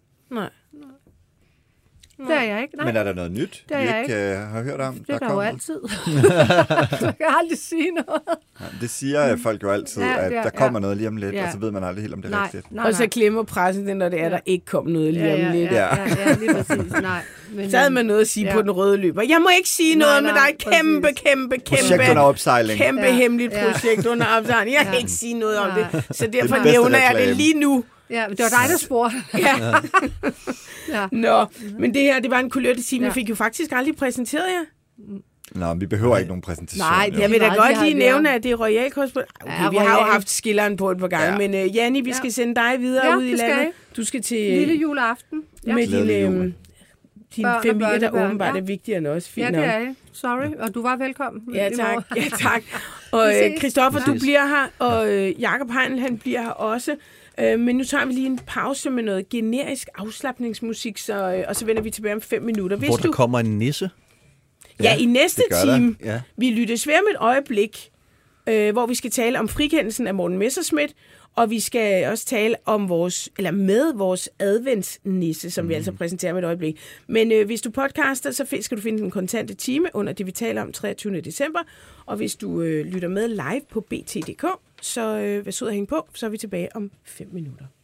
Nej. Det er jeg ikke. Nej. Men er der noget nyt, vi ikke har hørt om? Det er der jo altid. Du kan aldrig sige noget. Ja, det siger folk jo altid, at der kommer noget lige om lidt, og så ved man aldrig helt, om det er rigtigt. Og så glemmer pressen det, når det er, der ikke kom noget lige om lidt. Ja, lige præcis. Nej. Men, så havde man noget at sige på den røde løber. Jeg må ikke sige noget, men der er et kæmpe projekt under opsejling. Kæmpe hemmeligt projekt under opsejling. Jeg kan ikke sige noget om det, så derfor nævner jeg det lige nu. Ja, det var dig, der spurgte. Nå, men det her, det var en kulørte-time. Jeg fik jo faktisk aldrig præsenteret jer. Nå, vi behøver ikke nogen præsentation. Nej, jeg vil da godt lige nævne, at det er Royal Korrespondent. Okay, vi har jo haft skilleren på et par gange, men Janni, vi skal sende dig videre ud i landet. Du skal til... Lille juleaften. Med din familie, der åbenbart er vigtigere end os. Ja, det er jeg. Sorry, og du var velkommen. Ja, tak. Og Christoffer, du bliver her, og Jakob Heinl, han bliver her også. Men nu tager vi lige en pause med noget generisk afslapningsmusik, og så vender vi tilbage om 5 minutter. Hvor der kommer en nisse? Ja, i næste time. Ja. Vi lyttes ved om et øjeblik, hvor vi skal tale om frikendelsen af Morten Messerschmidt, og vi skal også tale om med vores adventsnisse, som vi altså præsenterer med et øjeblik. Men hvis du podcaster, så skal du finde den kontante time under det, vi taler om 23. december. Og hvis du lytter med live på bt.dk, så vær sød at hænge på, så er vi tilbage om 5 minutter.